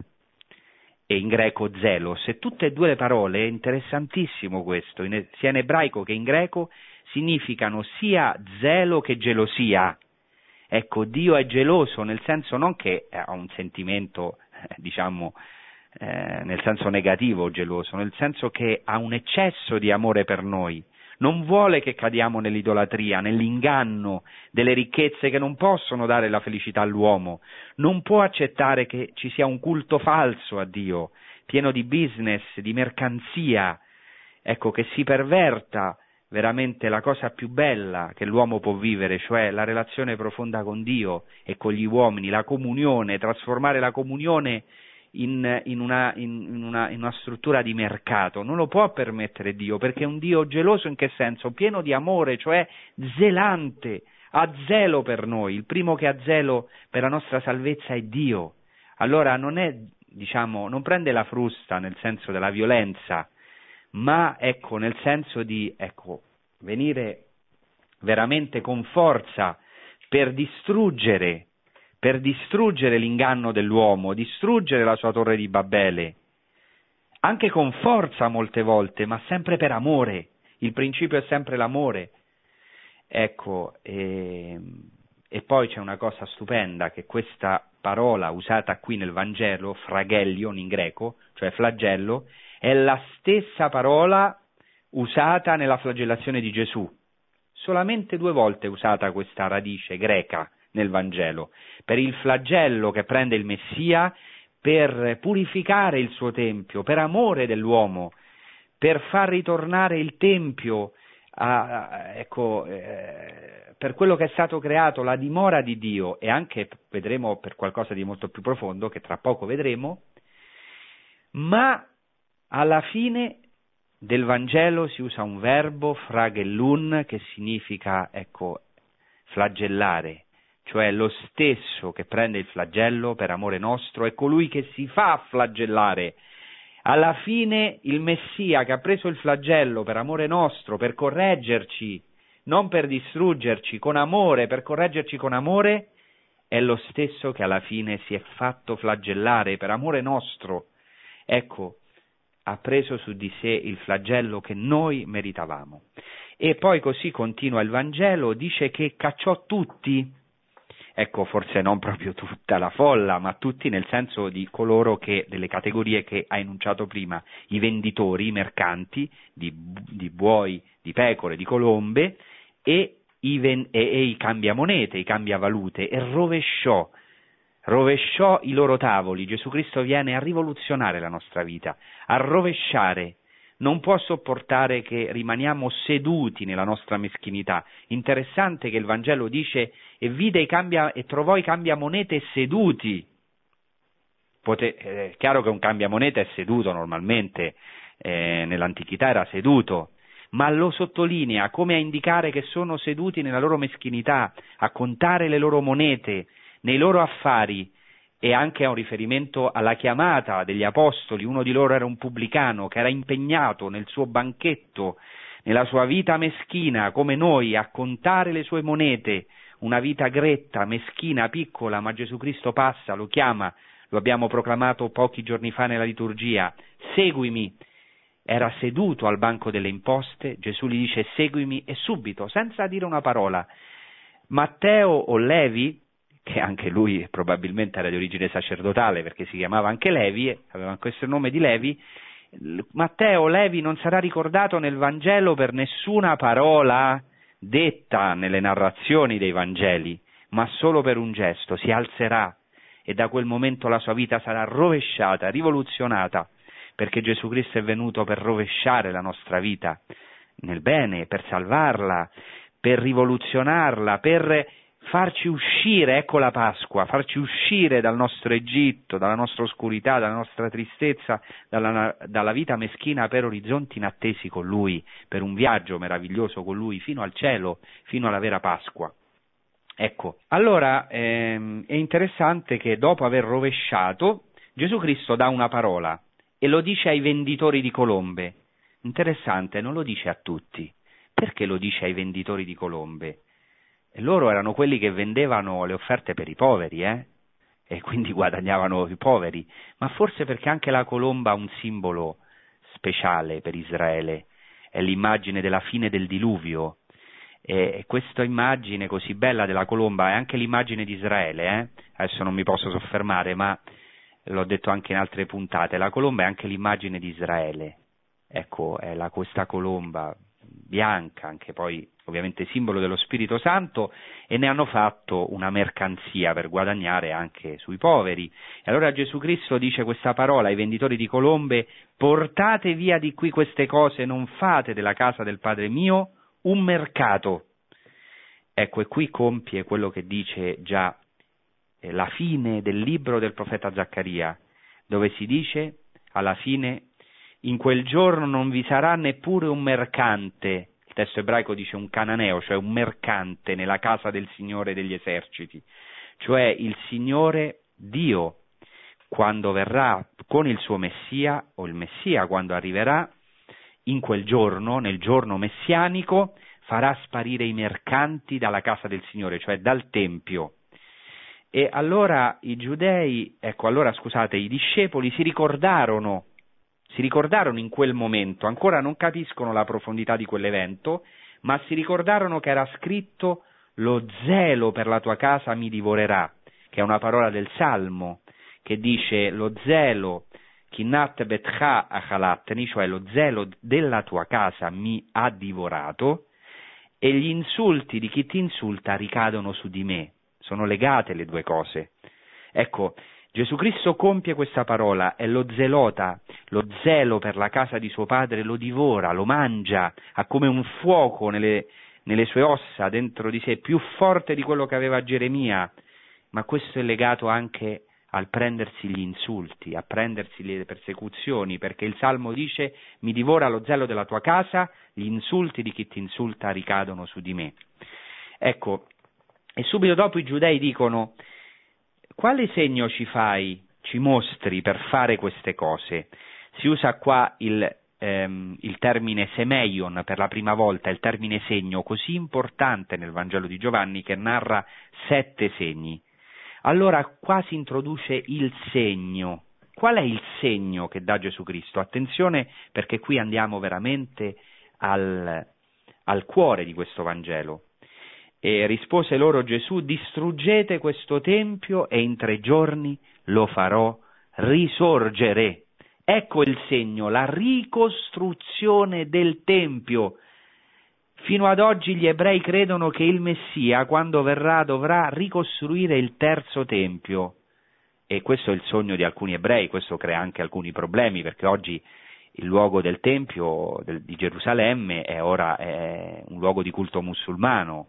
e in greco zelos, e tutte e due le parole, è interessantissimo questo, in, sia in ebraico che in greco, significano sia zelo che gelosia, Ecco, Dio è geloso, nel senso non che ha un sentimento, eh, diciamo, eh, nel senso negativo geloso, nel senso che ha un eccesso di amore per noi. Non vuole che cadiamo nell'idolatria, nell'inganno delle ricchezze che non possono dare la felicità all'uomo. Non può accettare che ci sia un culto falso a Dio, pieno di business, di mercanzia, ecco, che si perverta veramente la cosa più bella che l'uomo può vivere, cioè la relazione profonda con Dio e con gli uomini, la comunione, trasformare la comunione in, in, una, in, in, una, in una struttura di mercato. Non lo può permettere Dio, perché è un Dio geloso in che senso? Pieno di amore, cioè zelante, ha zelo per noi. Il primo che ha zelo per la nostra salvezza è Dio. Allora non è, diciamo, non prende la frusta nel senso della violenza, ma ecco nel senso di ecco, venire veramente con forza per distruggere, per distruggere l'inganno dell'uomo, distruggere la sua torre di Babele, anche con forza molte volte, ma sempre per amore. Il principio è sempre l'amore. Ecco, e, e poi c'è una cosa stupenda, che questa parola usata qui nel Vangelo, fragellion in greco, cioè flagello, è la stessa parola usata nella flagellazione di Gesù. Solamente due volte è usata questa radice greca nel Vangelo, per il flagello che prende il Messia per purificare il suo tempio, per amore dell'uomo, per far ritornare il tempio a, a, ecco, eh, per quello che è stato creato, la dimora di Dio, e anche, vedremo, per qualcosa di molto più profondo, che tra poco vedremo, ma alla fine del Vangelo si usa un verbo, fragellun, che significa, ecco, flagellare, cioè lo stesso che prende il flagello per amore nostro è colui che si fa flagellare. Alla fine il Messia che ha preso il flagello per amore nostro, per correggerci, non per distruggerci, con amore, per correggerci con amore, è lo stesso che alla fine si è fatto flagellare per amore nostro. Ecco, ha preso su di sé il flagello che noi meritavamo. E poi così continua il Vangelo, dice che cacciò tutti, ecco, forse non proprio tutta la folla, ma tutti nel senso di coloro che, delle categorie che ha enunciato prima, i venditori, i mercanti di, di buoi, di pecore, di colombe, e i, ven, e, e i cambiamonete, i cambiavalute, e rovesciò, rovesciò i loro tavoli. Gesù Cristo viene a rivoluzionare la nostra vita, a rovesciare. Non può sopportare che rimaniamo seduti nella nostra meschinità. Interessante che il Vangelo dice e vide i cambia, e trovò i cambiamonete seduti. Pote, è chiaro che un cambiamonete è seduto normalmente, eh, nell'antichità era seduto, ma lo sottolinea come a indicare che sono seduti nella loro meschinità, a contare le loro monete, nei loro affari. E anche a un riferimento alla chiamata degli apostoli. Uno di loro era un pubblicano che era impegnato nel suo banchetto, nella sua vita meschina, come noi, a contare le sue monete, una vita gretta, meschina, piccola, ma Gesù Cristo passa, lo chiama, lo abbiamo proclamato pochi giorni fa nella liturgia, seguimi. Era seduto al banco delle imposte, Gesù gli dice seguimi, e subito, senza dire una parola, Matteo o Levi, che anche lui probabilmente era di origine sacerdotale perché si chiamava anche Levi, aveva questo nome di Levi, Matteo Levi non sarà ricordato nel Vangelo per nessuna parola detta nelle narrazioni dei Vangeli, ma solo per un gesto, si alzerà e da quel momento la sua vita sarà rovesciata, rivoluzionata, perché Gesù Cristo è venuto per rovesciare la nostra vita nel bene, per salvarla, per rivoluzionarla, per farci uscire, ecco la Pasqua, farci uscire dal nostro Egitto, dalla nostra oscurità, dalla nostra tristezza, dalla, dalla vita meschina per orizzonti inattesi con Lui, per un viaggio meraviglioso con Lui, fino al cielo, fino alla vera Pasqua. Ecco, allora ehm, è interessante che dopo aver rovesciato, Gesù Cristo dà una parola e lo dice ai venditori di colombe. Interessante, non lo dice a tutti. Perché lo dice ai venditori di colombe? E loro erano quelli che vendevano le offerte per i poveri, eh? E quindi guadagnavano i poveri, ma forse perché anche la colomba ha un simbolo speciale per Israele, è l'immagine della fine del diluvio, E questa immagine così bella della colomba è anche l'immagine di Israele, eh? Adesso non mi posso soffermare, ma l'ho detto anche in altre puntate, la colomba è anche l'immagine di Israele. Ecco, è la, questa colomba bianca, anche poi ovviamente simbolo dello Spirito Santo, e ne hanno fatto una mercanzia per guadagnare anche sui poveri. E allora Gesù Cristo dice questa parola ai venditori di colombe: portate via di qui queste cose, non fate della casa del Padre mio un mercato. Ecco, e qui compie quello che dice già eh, la fine del libro del profeta Zaccaria, dove si dice alla fine: in quel giorno non vi sarà neppure un mercante. Il testo ebraico dice un cananeo, cioè un mercante nella casa del Signore degli eserciti, cioè il Signore Dio, quando verrà con il suo Messia, o il Messia quando arriverà, in quel giorno, nel giorno messianico, farà sparire i mercanti dalla casa del Signore, cioè dal Tempio. E allora i giudei, ecco, allora scusate, i discepoli si ricordarono, si ricordarono in quel momento, ancora non capiscono la profondità di quell'evento, ma si ricordarono che era scritto: lo zelo per la tua casa mi divorerà, che è una parola del Salmo, che dice lo zelo, Kinnat betcha achalatni, cioè lo zelo della tua casa mi ha divorato, e gli insulti di chi ti insulta ricadono su di me. Sono legate le due cose. Ecco, Gesù Cristo compie questa parola e lo zelota, lo zelo per la casa di suo padre lo divora, lo mangia, ha come un fuoco nelle, nelle sue ossa, dentro di sé, più forte di quello che aveva Geremia, ma questo è legato anche al prendersi gli insulti, a prendersi le persecuzioni, perché il Salmo dice: mi divora lo zelo della tua casa, gli insulti di chi ti insulta ricadono su di me. Ecco, e subito dopo i giudei dicono: quale segno ci fai, ci mostri per fare queste cose? Si usa qua il, ehm, il termine semeion per la prima volta, il termine segno, così importante nel Vangelo di Giovanni, che narra sette segni. Allora qua si introduce il segno. Qual è il segno che dà Gesù Cristo? Attenzione, perché qui andiamo veramente al, al cuore di questo Vangelo. E rispose loro Gesù: distruggete questo tempio e in tre giorni lo farò risorgere. Ecco il segno, la ricostruzione del tempio. Fino ad oggi gli ebrei credono che il Messia, quando verrà, dovrà ricostruire il terzo tempio. E questo è il sogno di alcuni ebrei, questo crea anche alcuni problemi, perché oggi il luogo del Tempio del, di Gerusalemme è ora è un luogo di culto musulmano.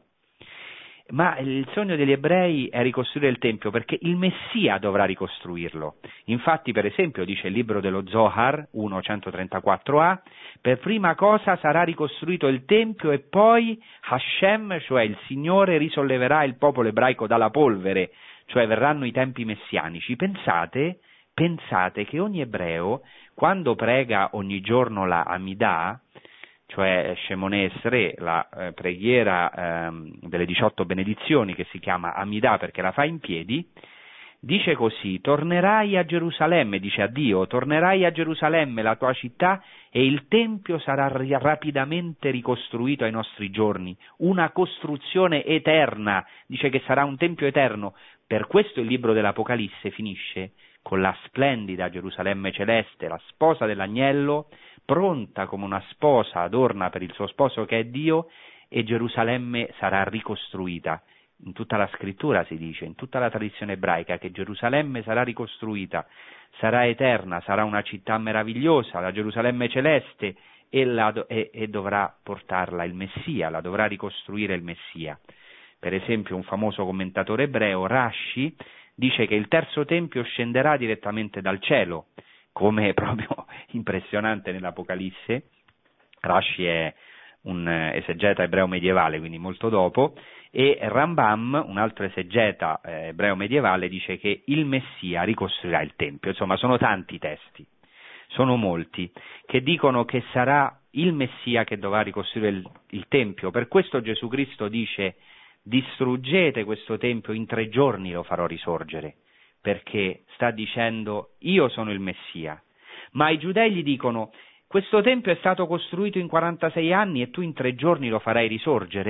Ma il sogno degli ebrei è ricostruire il Tempio, perché il Messia dovrà ricostruirlo. Infatti, per esempio, dice il libro dello Zohar uno centotrentaquattro a, per prima cosa sarà ricostruito il Tempio e poi Hashem, cioè il Signore, risolleverà il popolo ebraico dalla polvere, cioè verranno i tempi messianici. Pensate, pensate che ogni ebreo, quando prega ogni giorno la Amidah, cioè Shemoneh Esrei, la eh, preghiera ehm, delle diciotto benedizioni, che si chiama Amidah perché la fa in piedi, dice così: tornerai a Gerusalemme, dice a Dio, tornerai a Gerusalemme, la tua città, e il Tempio sarà ri- rapidamente ricostruito ai nostri giorni, una costruzione eterna, dice che sarà un Tempio eterno. Per questo il libro dell'Apocalisse finisce con la splendida Gerusalemme celeste, la sposa dell'agnello, pronta come una sposa adorna per il suo sposo che è Dio, e Gerusalemme sarà ricostruita. In tutta la scrittura si dice, in tutta la tradizione ebraica, che Gerusalemme sarà ricostruita, sarà eterna, sarà una città meravigliosa, la Gerusalemme celeste, e, la, e, e dovrà portarla il Messia, la dovrà ricostruire il Messia. Per esempio un famoso commentatore ebreo, Rashi, dice che il terzo tempio scenderà direttamente dal cielo, come è proprio impressionante nell'Apocalisse. Rashi è un esegeta ebreo medievale, quindi molto dopo, e Rambam, un altro esegeta eh, ebreo medievale, dice che il Messia ricostruirà il Tempio. Insomma, sono tanti testi, sono molti, che dicono che sarà il Messia che dovrà ricostruire il, il Tempio. Per questo Gesù Cristo dice: distruggete questo Tempio, in tre giorni lo farò risorgere, perché sta dicendo: io sono il Messia. Ma i giudei gli dicono: questo Tempio è stato costruito in quarantasei anni e tu in tre giorni lo farai risorgere?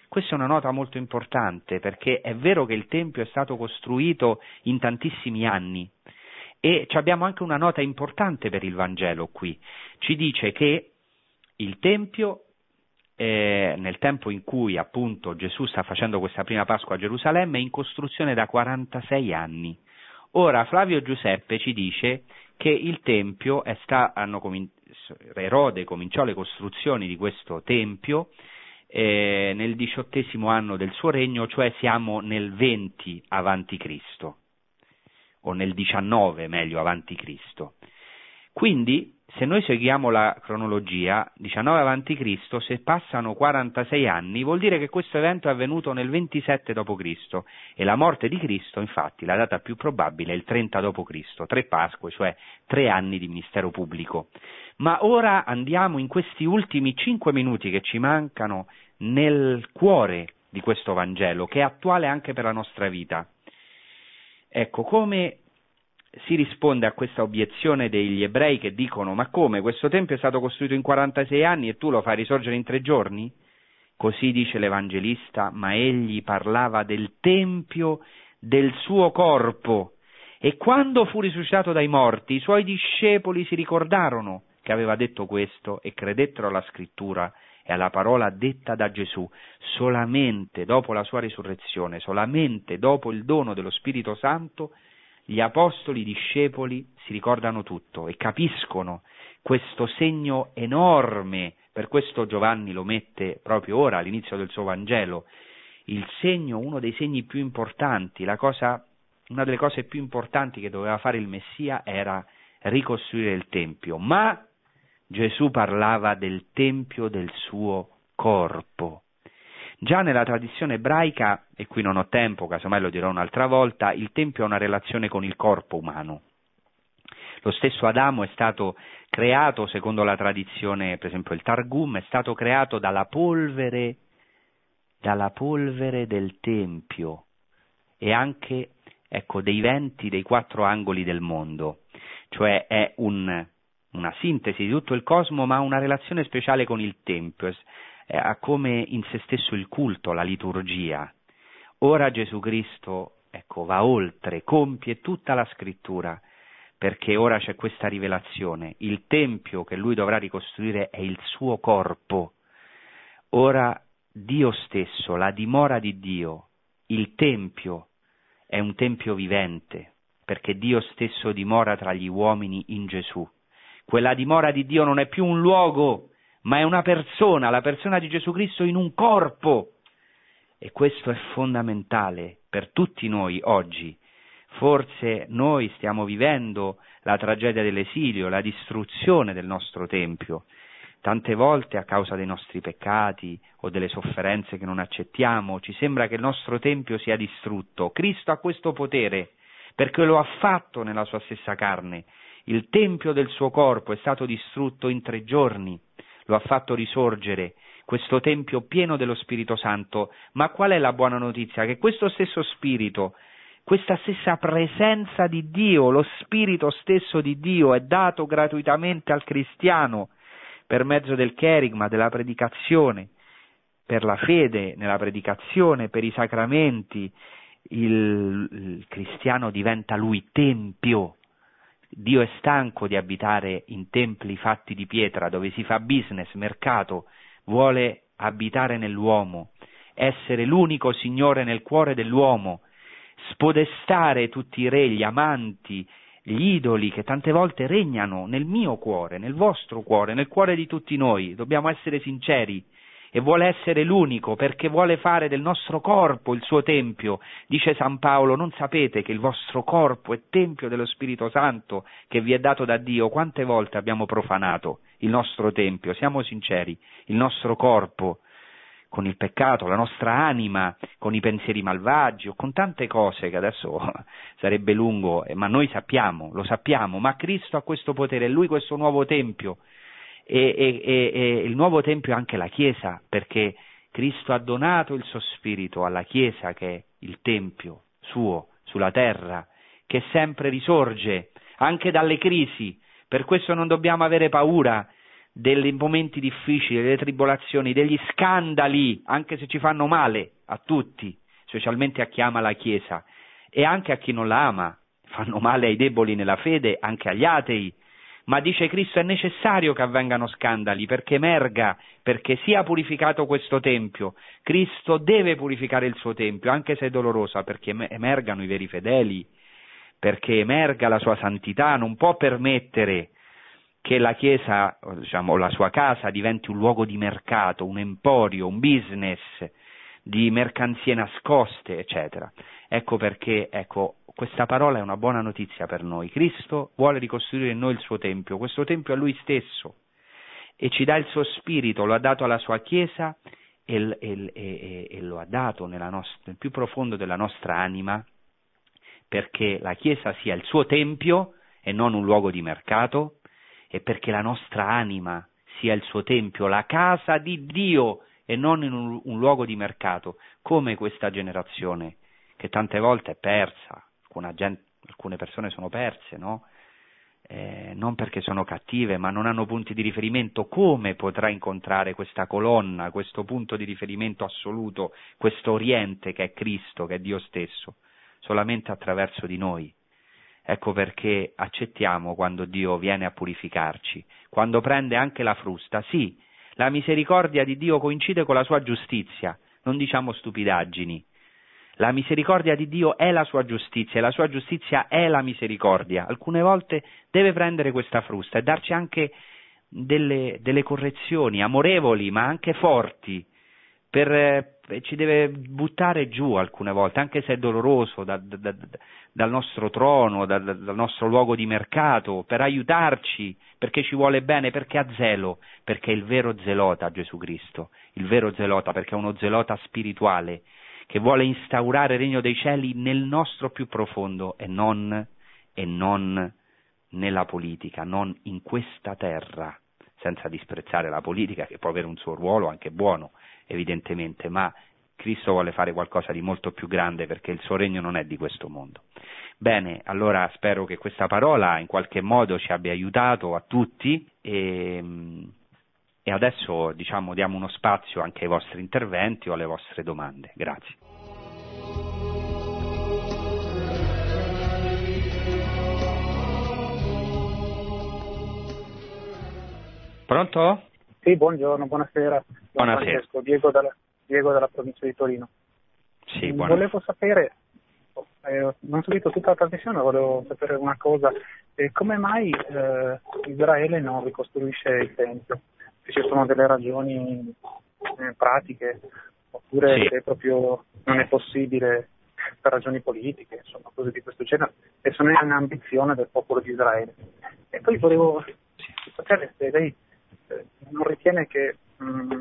Questa è una nota molto importante, perché è vero che il Tempio è stato costruito in tantissimi anni, e abbiamo anche una nota importante per il Vangelo qui. Ci dice che il Tempio, eh, nel tempo in cui appunto Gesù sta facendo questa prima Pasqua a Gerusalemme, è in costruzione da quarantasei anni. Ora Flavio Giuseppe ci dice che il Tempio è sta, hanno comin- Erode cominciò le costruzioni di questo Tempio eh, nel diciottesimo anno del suo regno, cioè siamo nel venti avanti Cristo, o nel diciannove meglio avanti Cristo. Quindi se noi seguiamo la cronologia, diciannove avanti Cristo, se passano quarantasei anni, vuol dire che questo evento è avvenuto nel ventisette dopo Cristo e la morte di Cristo, infatti, la data più probabile è il trenta dopo Cristo, tre Pasque, cioè tre anni di ministero pubblico. Ma ora andiamo in questi ultimi cinque minuti che ci mancano nel cuore di questo Vangelo, che è attuale anche per la nostra vita. Ecco, come si risponde a questa obiezione degli ebrei che dicono: ma come, questo tempio è stato costruito in quarantasei anni e tu lo fai risorgere in tre giorni? Così dice l'Evangelista, ma egli parlava del tempio del suo corpo, e quando fu risuscitato dai morti i suoi discepoli si ricordarono che aveva detto questo e credettero alla scrittura e alla parola detta da Gesù. Solamente dopo la sua risurrezione, solamente dopo il dono dello Spirito Santo, gli apostoli discepoli si ricordano tutto e capiscono questo segno enorme. Per questo Giovanni lo mette proprio ora all'inizio del suo Vangelo, il segno, uno dei segni più importanti, la cosa, una delle cose più importanti che doveva fare il Messia era ricostruire il Tempio, ma Gesù parlava del Tempio del suo corpo. Già nella tradizione ebraica, e qui non ho tempo, casomai lo dirò un'altra volta, il Tempio ha una relazione con il corpo umano. Lo stesso Adamo è stato creato, secondo la tradizione, per esempio il Targum, è stato creato dalla polvere, dalla polvere del Tempio e anche, ecco, dei venti dei quattro angoli del mondo, cioè è un, una sintesi di tutto il cosmo, ma una relazione speciale con il Tempio, ha come in se stesso il culto, la liturgia. Ora Gesù Cristo, ecco, va oltre, compie tutta la scrittura, perché ora c'è questa rivelazione. Il Tempio che lui dovrà ricostruire è il suo corpo. Ora Dio stesso, la dimora di Dio, il Tempio, è un Tempio vivente, perché Dio stesso dimora tra gli uomini in Gesù. Quella dimora di Dio non è più un luogo, ma è una persona, la persona di Gesù Cristo in un corpo. E questo è fondamentale per tutti noi oggi. Forse noi stiamo vivendo la tragedia dell'esilio, la distruzione del nostro Tempio. Tante volte a causa dei nostri peccati o delle sofferenze che non accettiamo, ci sembra che il nostro Tempio sia distrutto. Cristo ha questo potere, perché lo ha fatto nella sua stessa carne. Il Tempio del suo corpo è stato distrutto in tre giorni, lo ha fatto risorgere, questo Tempio pieno dello Spirito Santo. Ma qual è la buona notizia? Che questo stesso Spirito, questa stessa presenza di Dio, lo Spirito stesso di Dio è dato gratuitamente al cristiano per mezzo del cherigma, della predicazione, per la fede nella predicazione, per i sacramenti. Il, il cristiano diventa lui Tempio. Dio è stanco di abitare in templi fatti di pietra, dove si fa business, mercato, vuole abitare nell'uomo, essere l'unico Signore nel cuore dell'uomo, spodestare tutti i re, gli amanti, gli idoli che tante volte regnano nel mio cuore, nel vostro cuore, nel cuore di tutti noi. Dobbiamo essere sinceri. E vuole essere l'unico, perché vuole fare del nostro corpo il suo tempio. Dice San Paolo: non sapete che il vostro corpo è tempio dello Spirito Santo che vi è dato da Dio? Quante volte abbiamo profanato il nostro tempio? Siamo sinceri, il nostro corpo, con il peccato, la nostra anima, con i pensieri malvagi o con tante cose che adesso sarebbe lungo, ma noi sappiamo, lo sappiamo, ma Cristo ha questo potere, è Lui questo nuovo tempio. E, e, e, e il nuovo Tempio è anche la Chiesa, perché Cristo ha donato il suo Spirito alla Chiesa, che è il Tempio suo sulla terra, che sempre risorge anche dalle crisi. Per questo non dobbiamo avere paura dei momenti difficili, delle tribolazioni, degli scandali, anche se ci fanno male a tutti, specialmente a chi ama la Chiesa e anche a chi non la ama, fanno male ai deboli nella fede, anche agli atei. Ma dice Cristo è necessario che avvengano scandali perché emerga, perché sia purificato questo Tempio. Cristo deve purificare il suo Tempio, anche se è dolorosa, perché emergano i veri fedeli, perché emerga la sua santità. Non può permettere che la Chiesa, diciamo, la sua casa diventi un luogo di mercato, un emporio, un business di mercanzie nascoste, eccetera. Ecco perché, ecco, questa parola è una buona notizia per noi. Cristo vuole ricostruire in noi il suo Tempio, questo Tempio è Lui stesso e ci dà il suo Spirito, lo ha dato alla sua Chiesa e, e, e, e lo ha dato nella nostra, nel più profondo della nostra anima, perché la Chiesa sia il suo Tempio e non un luogo di mercato, e perché la nostra anima sia il suo Tempio, la casa di Dio e non in un, un luogo di mercato, come questa generazione che tante volte è persa, alcuna gente, alcune persone sono perse, no? Eh, non perché sono cattive, ma non hanno punti di riferimento. Come potrà incontrare questa colonna, questo punto di riferimento assoluto, questo Oriente che è Cristo, che è Dio stesso? Solamente attraverso di noi. Ecco perché accettiamo quando Dio viene a purificarci, quando prende anche la frusta. Sì, la misericordia di Dio coincide con la sua giustizia, non diciamo stupidaggini. La misericordia di Dio è la sua giustizia e la sua giustizia è la misericordia. Alcune volte deve prendere questa frusta e darci anche delle, delle correzioni amorevoli ma anche forti, per, eh, ci deve buttare giù alcune volte, anche se è doloroso, da, da, da, dal nostro trono, da, da, dal nostro luogo di mercato, per aiutarci, perché ci vuole bene, perché ha zelo, perché è il vero zelota Gesù Cristo, il vero zelota, perché è uno zelota spirituale, che vuole instaurare il regno dei cieli nel nostro più profondo e non, e non nella politica, non in questa terra, senza disprezzare la politica che può avere un suo ruolo anche buono, evidentemente, ma Cristo vuole fare qualcosa di molto più grande perché il suo regno non è di questo mondo. Bene, allora spero che questa parola in qualche modo ci abbia aiutato a tutti e, e adesso diciamo diamo uno spazio anche ai vostri interventi o alle vostre domande. Grazie. Pronto? Sì, buongiorno, buonasera. Buonasera. Francesco, Diego dalla, Diego dalla provincia di Torino. Sì, buonasera. Volevo sapere, eh, non ho seguito tutta la trasmissione, volevo sapere una cosa, eh, come mai eh, Israele non ricostruisce il Tempio? Se ci sono delle ragioni eh, pratiche, oppure Sì. se proprio non è possibile per ragioni politiche, insomma, cose di questo genere, e se non è un'ambizione del popolo di Israele. E poi volevo sapere se lei eh, non ritiene che mh,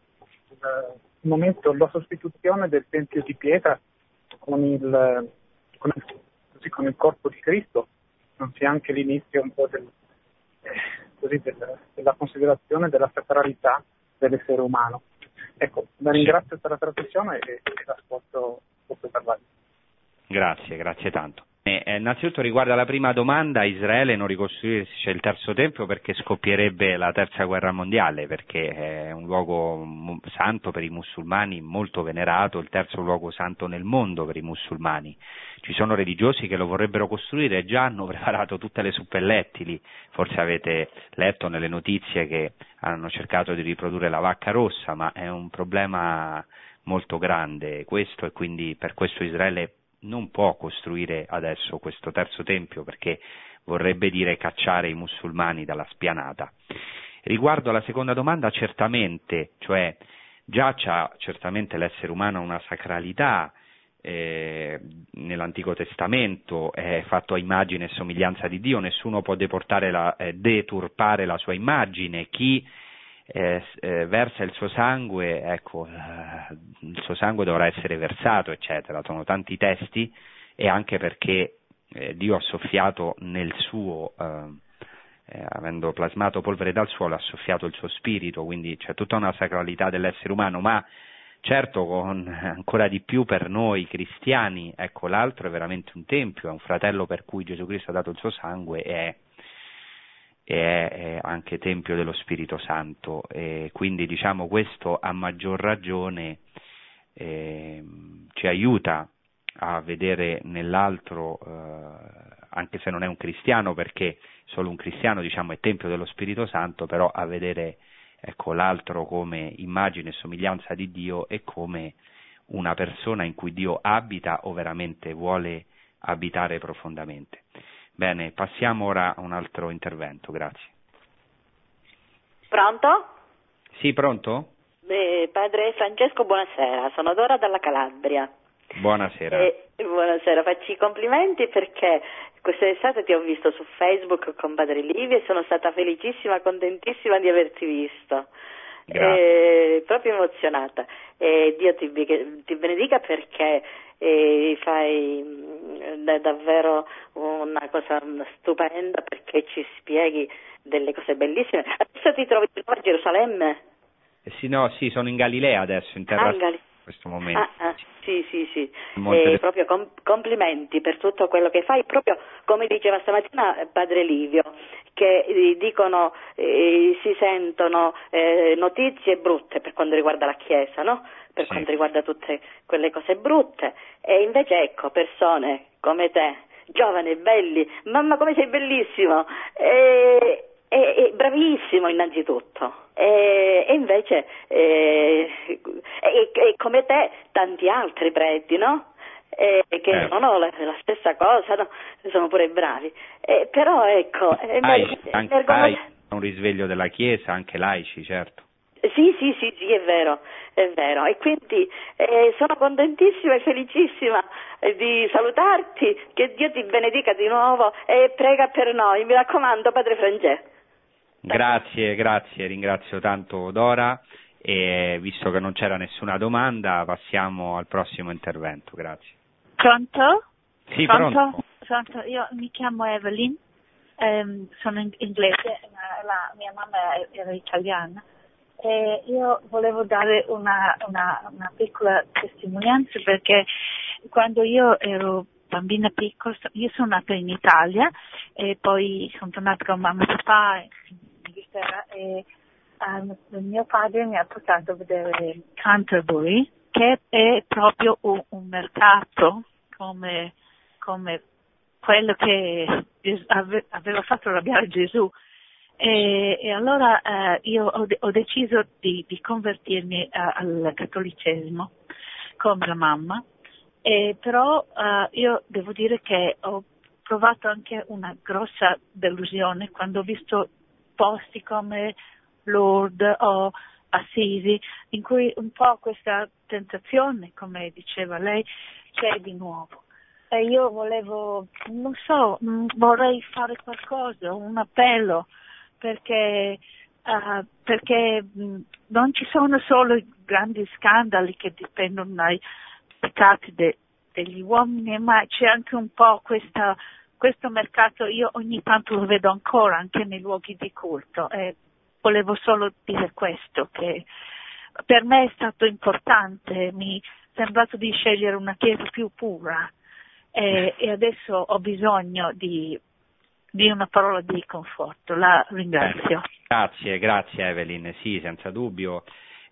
il momento, la sostituzione del Tempio di pietra con il, con il, così, con il corpo di Cristo non sia anche l'inizio un po' del, eh, così, del, della considerazione della sacralità dell'essere umano. Ecco, la ringrazio per la trasmissione e, e l'ascolto per la. Grazie, grazie tanto. Eh, innanzitutto riguardo alla prima domanda, Israele non ricostruisce il terzo tempio perché scoppierebbe la terza guerra mondiale, perché è un luogo santo per i musulmani, molto venerato, il terzo luogo santo nel mondo per i musulmani. Ci sono religiosi che lo vorrebbero costruire e già hanno preparato tutte le suppellettili, forse avete letto nelle notizie che hanno cercato di riprodurre la vacca rossa, ma è un problema molto grande questo e quindi per questo Israele non può costruire adesso questo terzo tempio perché vorrebbe dire cacciare i musulmani dalla spianata. Riguardo alla seconda domanda, certamente, cioè già c'ha certamente l'essere umano una sacralità, eh, nell'Antico Testamento è fatto a immagine e somiglianza di Dio, nessuno può deportare la, eh, deturpare la sua immagine, chi Eh, eh, versa il suo sangue, ecco, eh, il suo sangue dovrà essere versato, eccetera. Sono tanti testi e anche perché eh, Dio ha soffiato nel suo, eh, eh, avendo plasmato polvere dal suolo, ha soffiato il suo spirito, quindi c'è tutta una sacralità dell'essere umano, ma certo con ancora di più per noi cristiani, ecco, l'altro è veramente un tempio, è un fratello per cui Gesù Cristo ha dato il suo sangue e è e è, è anche Tempio dello Spirito Santo, e quindi diciamo questo a maggior ragione eh, ci aiuta a vedere nell'altro, eh, anche se non è un cristiano, perché solo un cristiano diciamo è Tempio dello Spirito Santo, però a vedere ecco l'altro come immagine e somiglianza di Dio e come una persona in cui Dio abita o veramente vuole abitare profondamente. Bene, passiamo ora a un altro intervento, grazie. Pronto? Sì, pronto? Eh, padre Francesco, buonasera, sono Dora dalla Calabria. Buonasera. Eh, buonasera, faccio i complimenti perché quest'estate ti ho visto su Facebook con Padre Livio e sono stata felicissima, contentissima di averti visto. Eh, proprio emozionata. Eh, Dio ti, ti benedica perché eh, fai mh, davvero una cosa stupenda, perché ci spieghi delle cose bellissime. Adesso ti trovi a Gerusalemme? Eh sì, no, sì, sono in Galilea adesso, in terra ah, in Gal- in questo momento. Ah, ah, sì, sì, sì. Eh, eh, proprio com- complimenti per tutto quello che fai, proprio come diceva stamattina Padre Livio, che eh, dicono, eh, si sentono eh, notizie brutte per quanto riguarda la Chiesa, no? Per sì. quanto riguarda tutte quelle cose brutte, e invece ecco, persone come te, giovani, belli, mamma come sei bellissimo, e, e, e bravissimo innanzitutto. E, e invece eh, e, e come te tanti altri preti, no? E, che eh. non ho la, la stessa cosa, no? Sono pure bravi, e, però ecco è laici, mer- anche mergom- laici, un risveglio della Chiesa, anche laici, certo. Sì, sì, sì, sì, è vero, è vero, e quindi eh, sono contentissima e felicissima eh, di salutarti, che Dio ti benedica di nuovo e prega per noi, mi raccomando, Padre Francesco. Grazie, grazie, ringrazio tanto Dora, e visto che non c'era nessuna domanda passiamo al prossimo intervento, grazie. Pronto? Sì, pronto? pronto. Pronto? Io mi chiamo Evelyn, ehm, sono in inglese, ma la mia mamma era italiana, e io volevo dare una, una, una piccola testimonianza, perché quando io ero bambina piccola, io sono nata in Italia e poi sono tornata con mamma e papà in Inghilterra, e um, mio padre mi ha portato a vedere Canterbury, che è proprio un, un mercato come, come quello che aveva fatto arrabbiare Gesù. E, e allora eh, io ho, de- ho deciso di, di convertirmi a, al cattolicesimo come la mamma, e però eh, io devo dire che ho provato anche una grossa delusione quando ho visto posti come Lourdes o Assisi, in cui un po' questa tentazione, come diceva lei, c'è di nuovo. E io volevo, non so, vorrei fare qualcosa, un appello, perché uh, perché mh, non ci sono solo i grandi scandali che dipendono dai peccati de, degli uomini, ma c'è anche un po' questa, questo mercato. Io ogni tanto lo vedo ancora anche nei luoghi di culto, e volevo solo dire questo, che per me è stato importante, mi è sembrato di scegliere una chiesa più pura, e, e adesso ho bisogno di di una parola di conforto. La ringrazio. Eh, grazie, grazie Evelyn, sì, senza dubbio.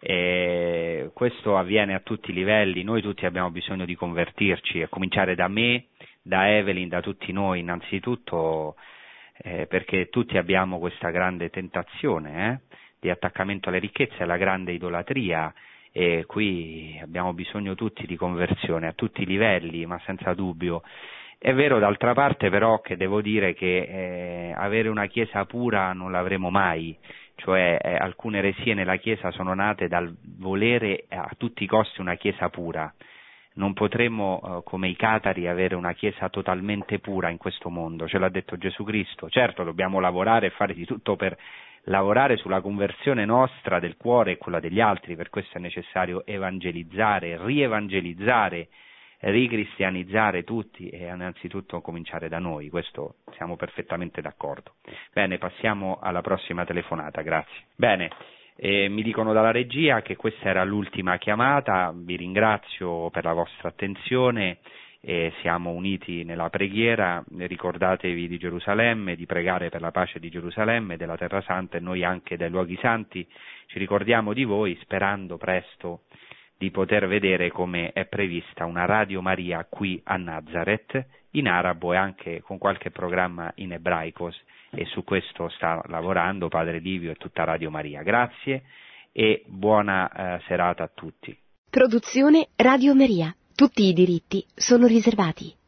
Eh, questo avviene a tutti i livelli, noi tutti abbiamo bisogno di convertirci, a cominciare da me, da Evelyn, da tutti noi innanzitutto, eh, perché tutti abbiamo questa grande tentazione eh, di attaccamento alle ricchezze, alla grande idolatria, e qui abbiamo bisogno tutti di conversione a tutti i livelli, ma senza dubbio. È vero d'altra parte però che devo dire che eh, avere una Chiesa pura non l'avremo mai, cioè eh, alcune eresie nella Chiesa sono nate dal volere a tutti i costi una Chiesa pura. Non potremo eh, come i catari avere una Chiesa totalmente pura in questo mondo, ce l'ha detto Gesù Cristo. Certo dobbiamo lavorare e fare di tutto per lavorare sulla conversione nostra del cuore e quella degli altri, per questo è necessario evangelizzare, rievangelizzare, ricristianizzare tutti e innanzitutto cominciare da noi, questo siamo perfettamente d'accordo. Bene, passiamo alla prossima telefonata, grazie. Bene, eh, mi dicono dalla regia che questa era l'ultima chiamata, vi ringrazio per la vostra attenzione e siamo uniti nella preghiera. Ricordatevi di Gerusalemme, di pregare per la pace di Gerusalemme, della Terra Santa, e noi anche dai luoghi santi ci ricordiamo di voi, sperando presto di poter vedere come è prevista una Radio Maria qui a Nazareth, in arabo e anche con qualche programma in ebraico, e su questo sta lavorando Padre Livio e tutta Radio Maria. Grazie e buona eh, serata a tutti. Produzione Radio Maria. Tutti i diritti sono riservati.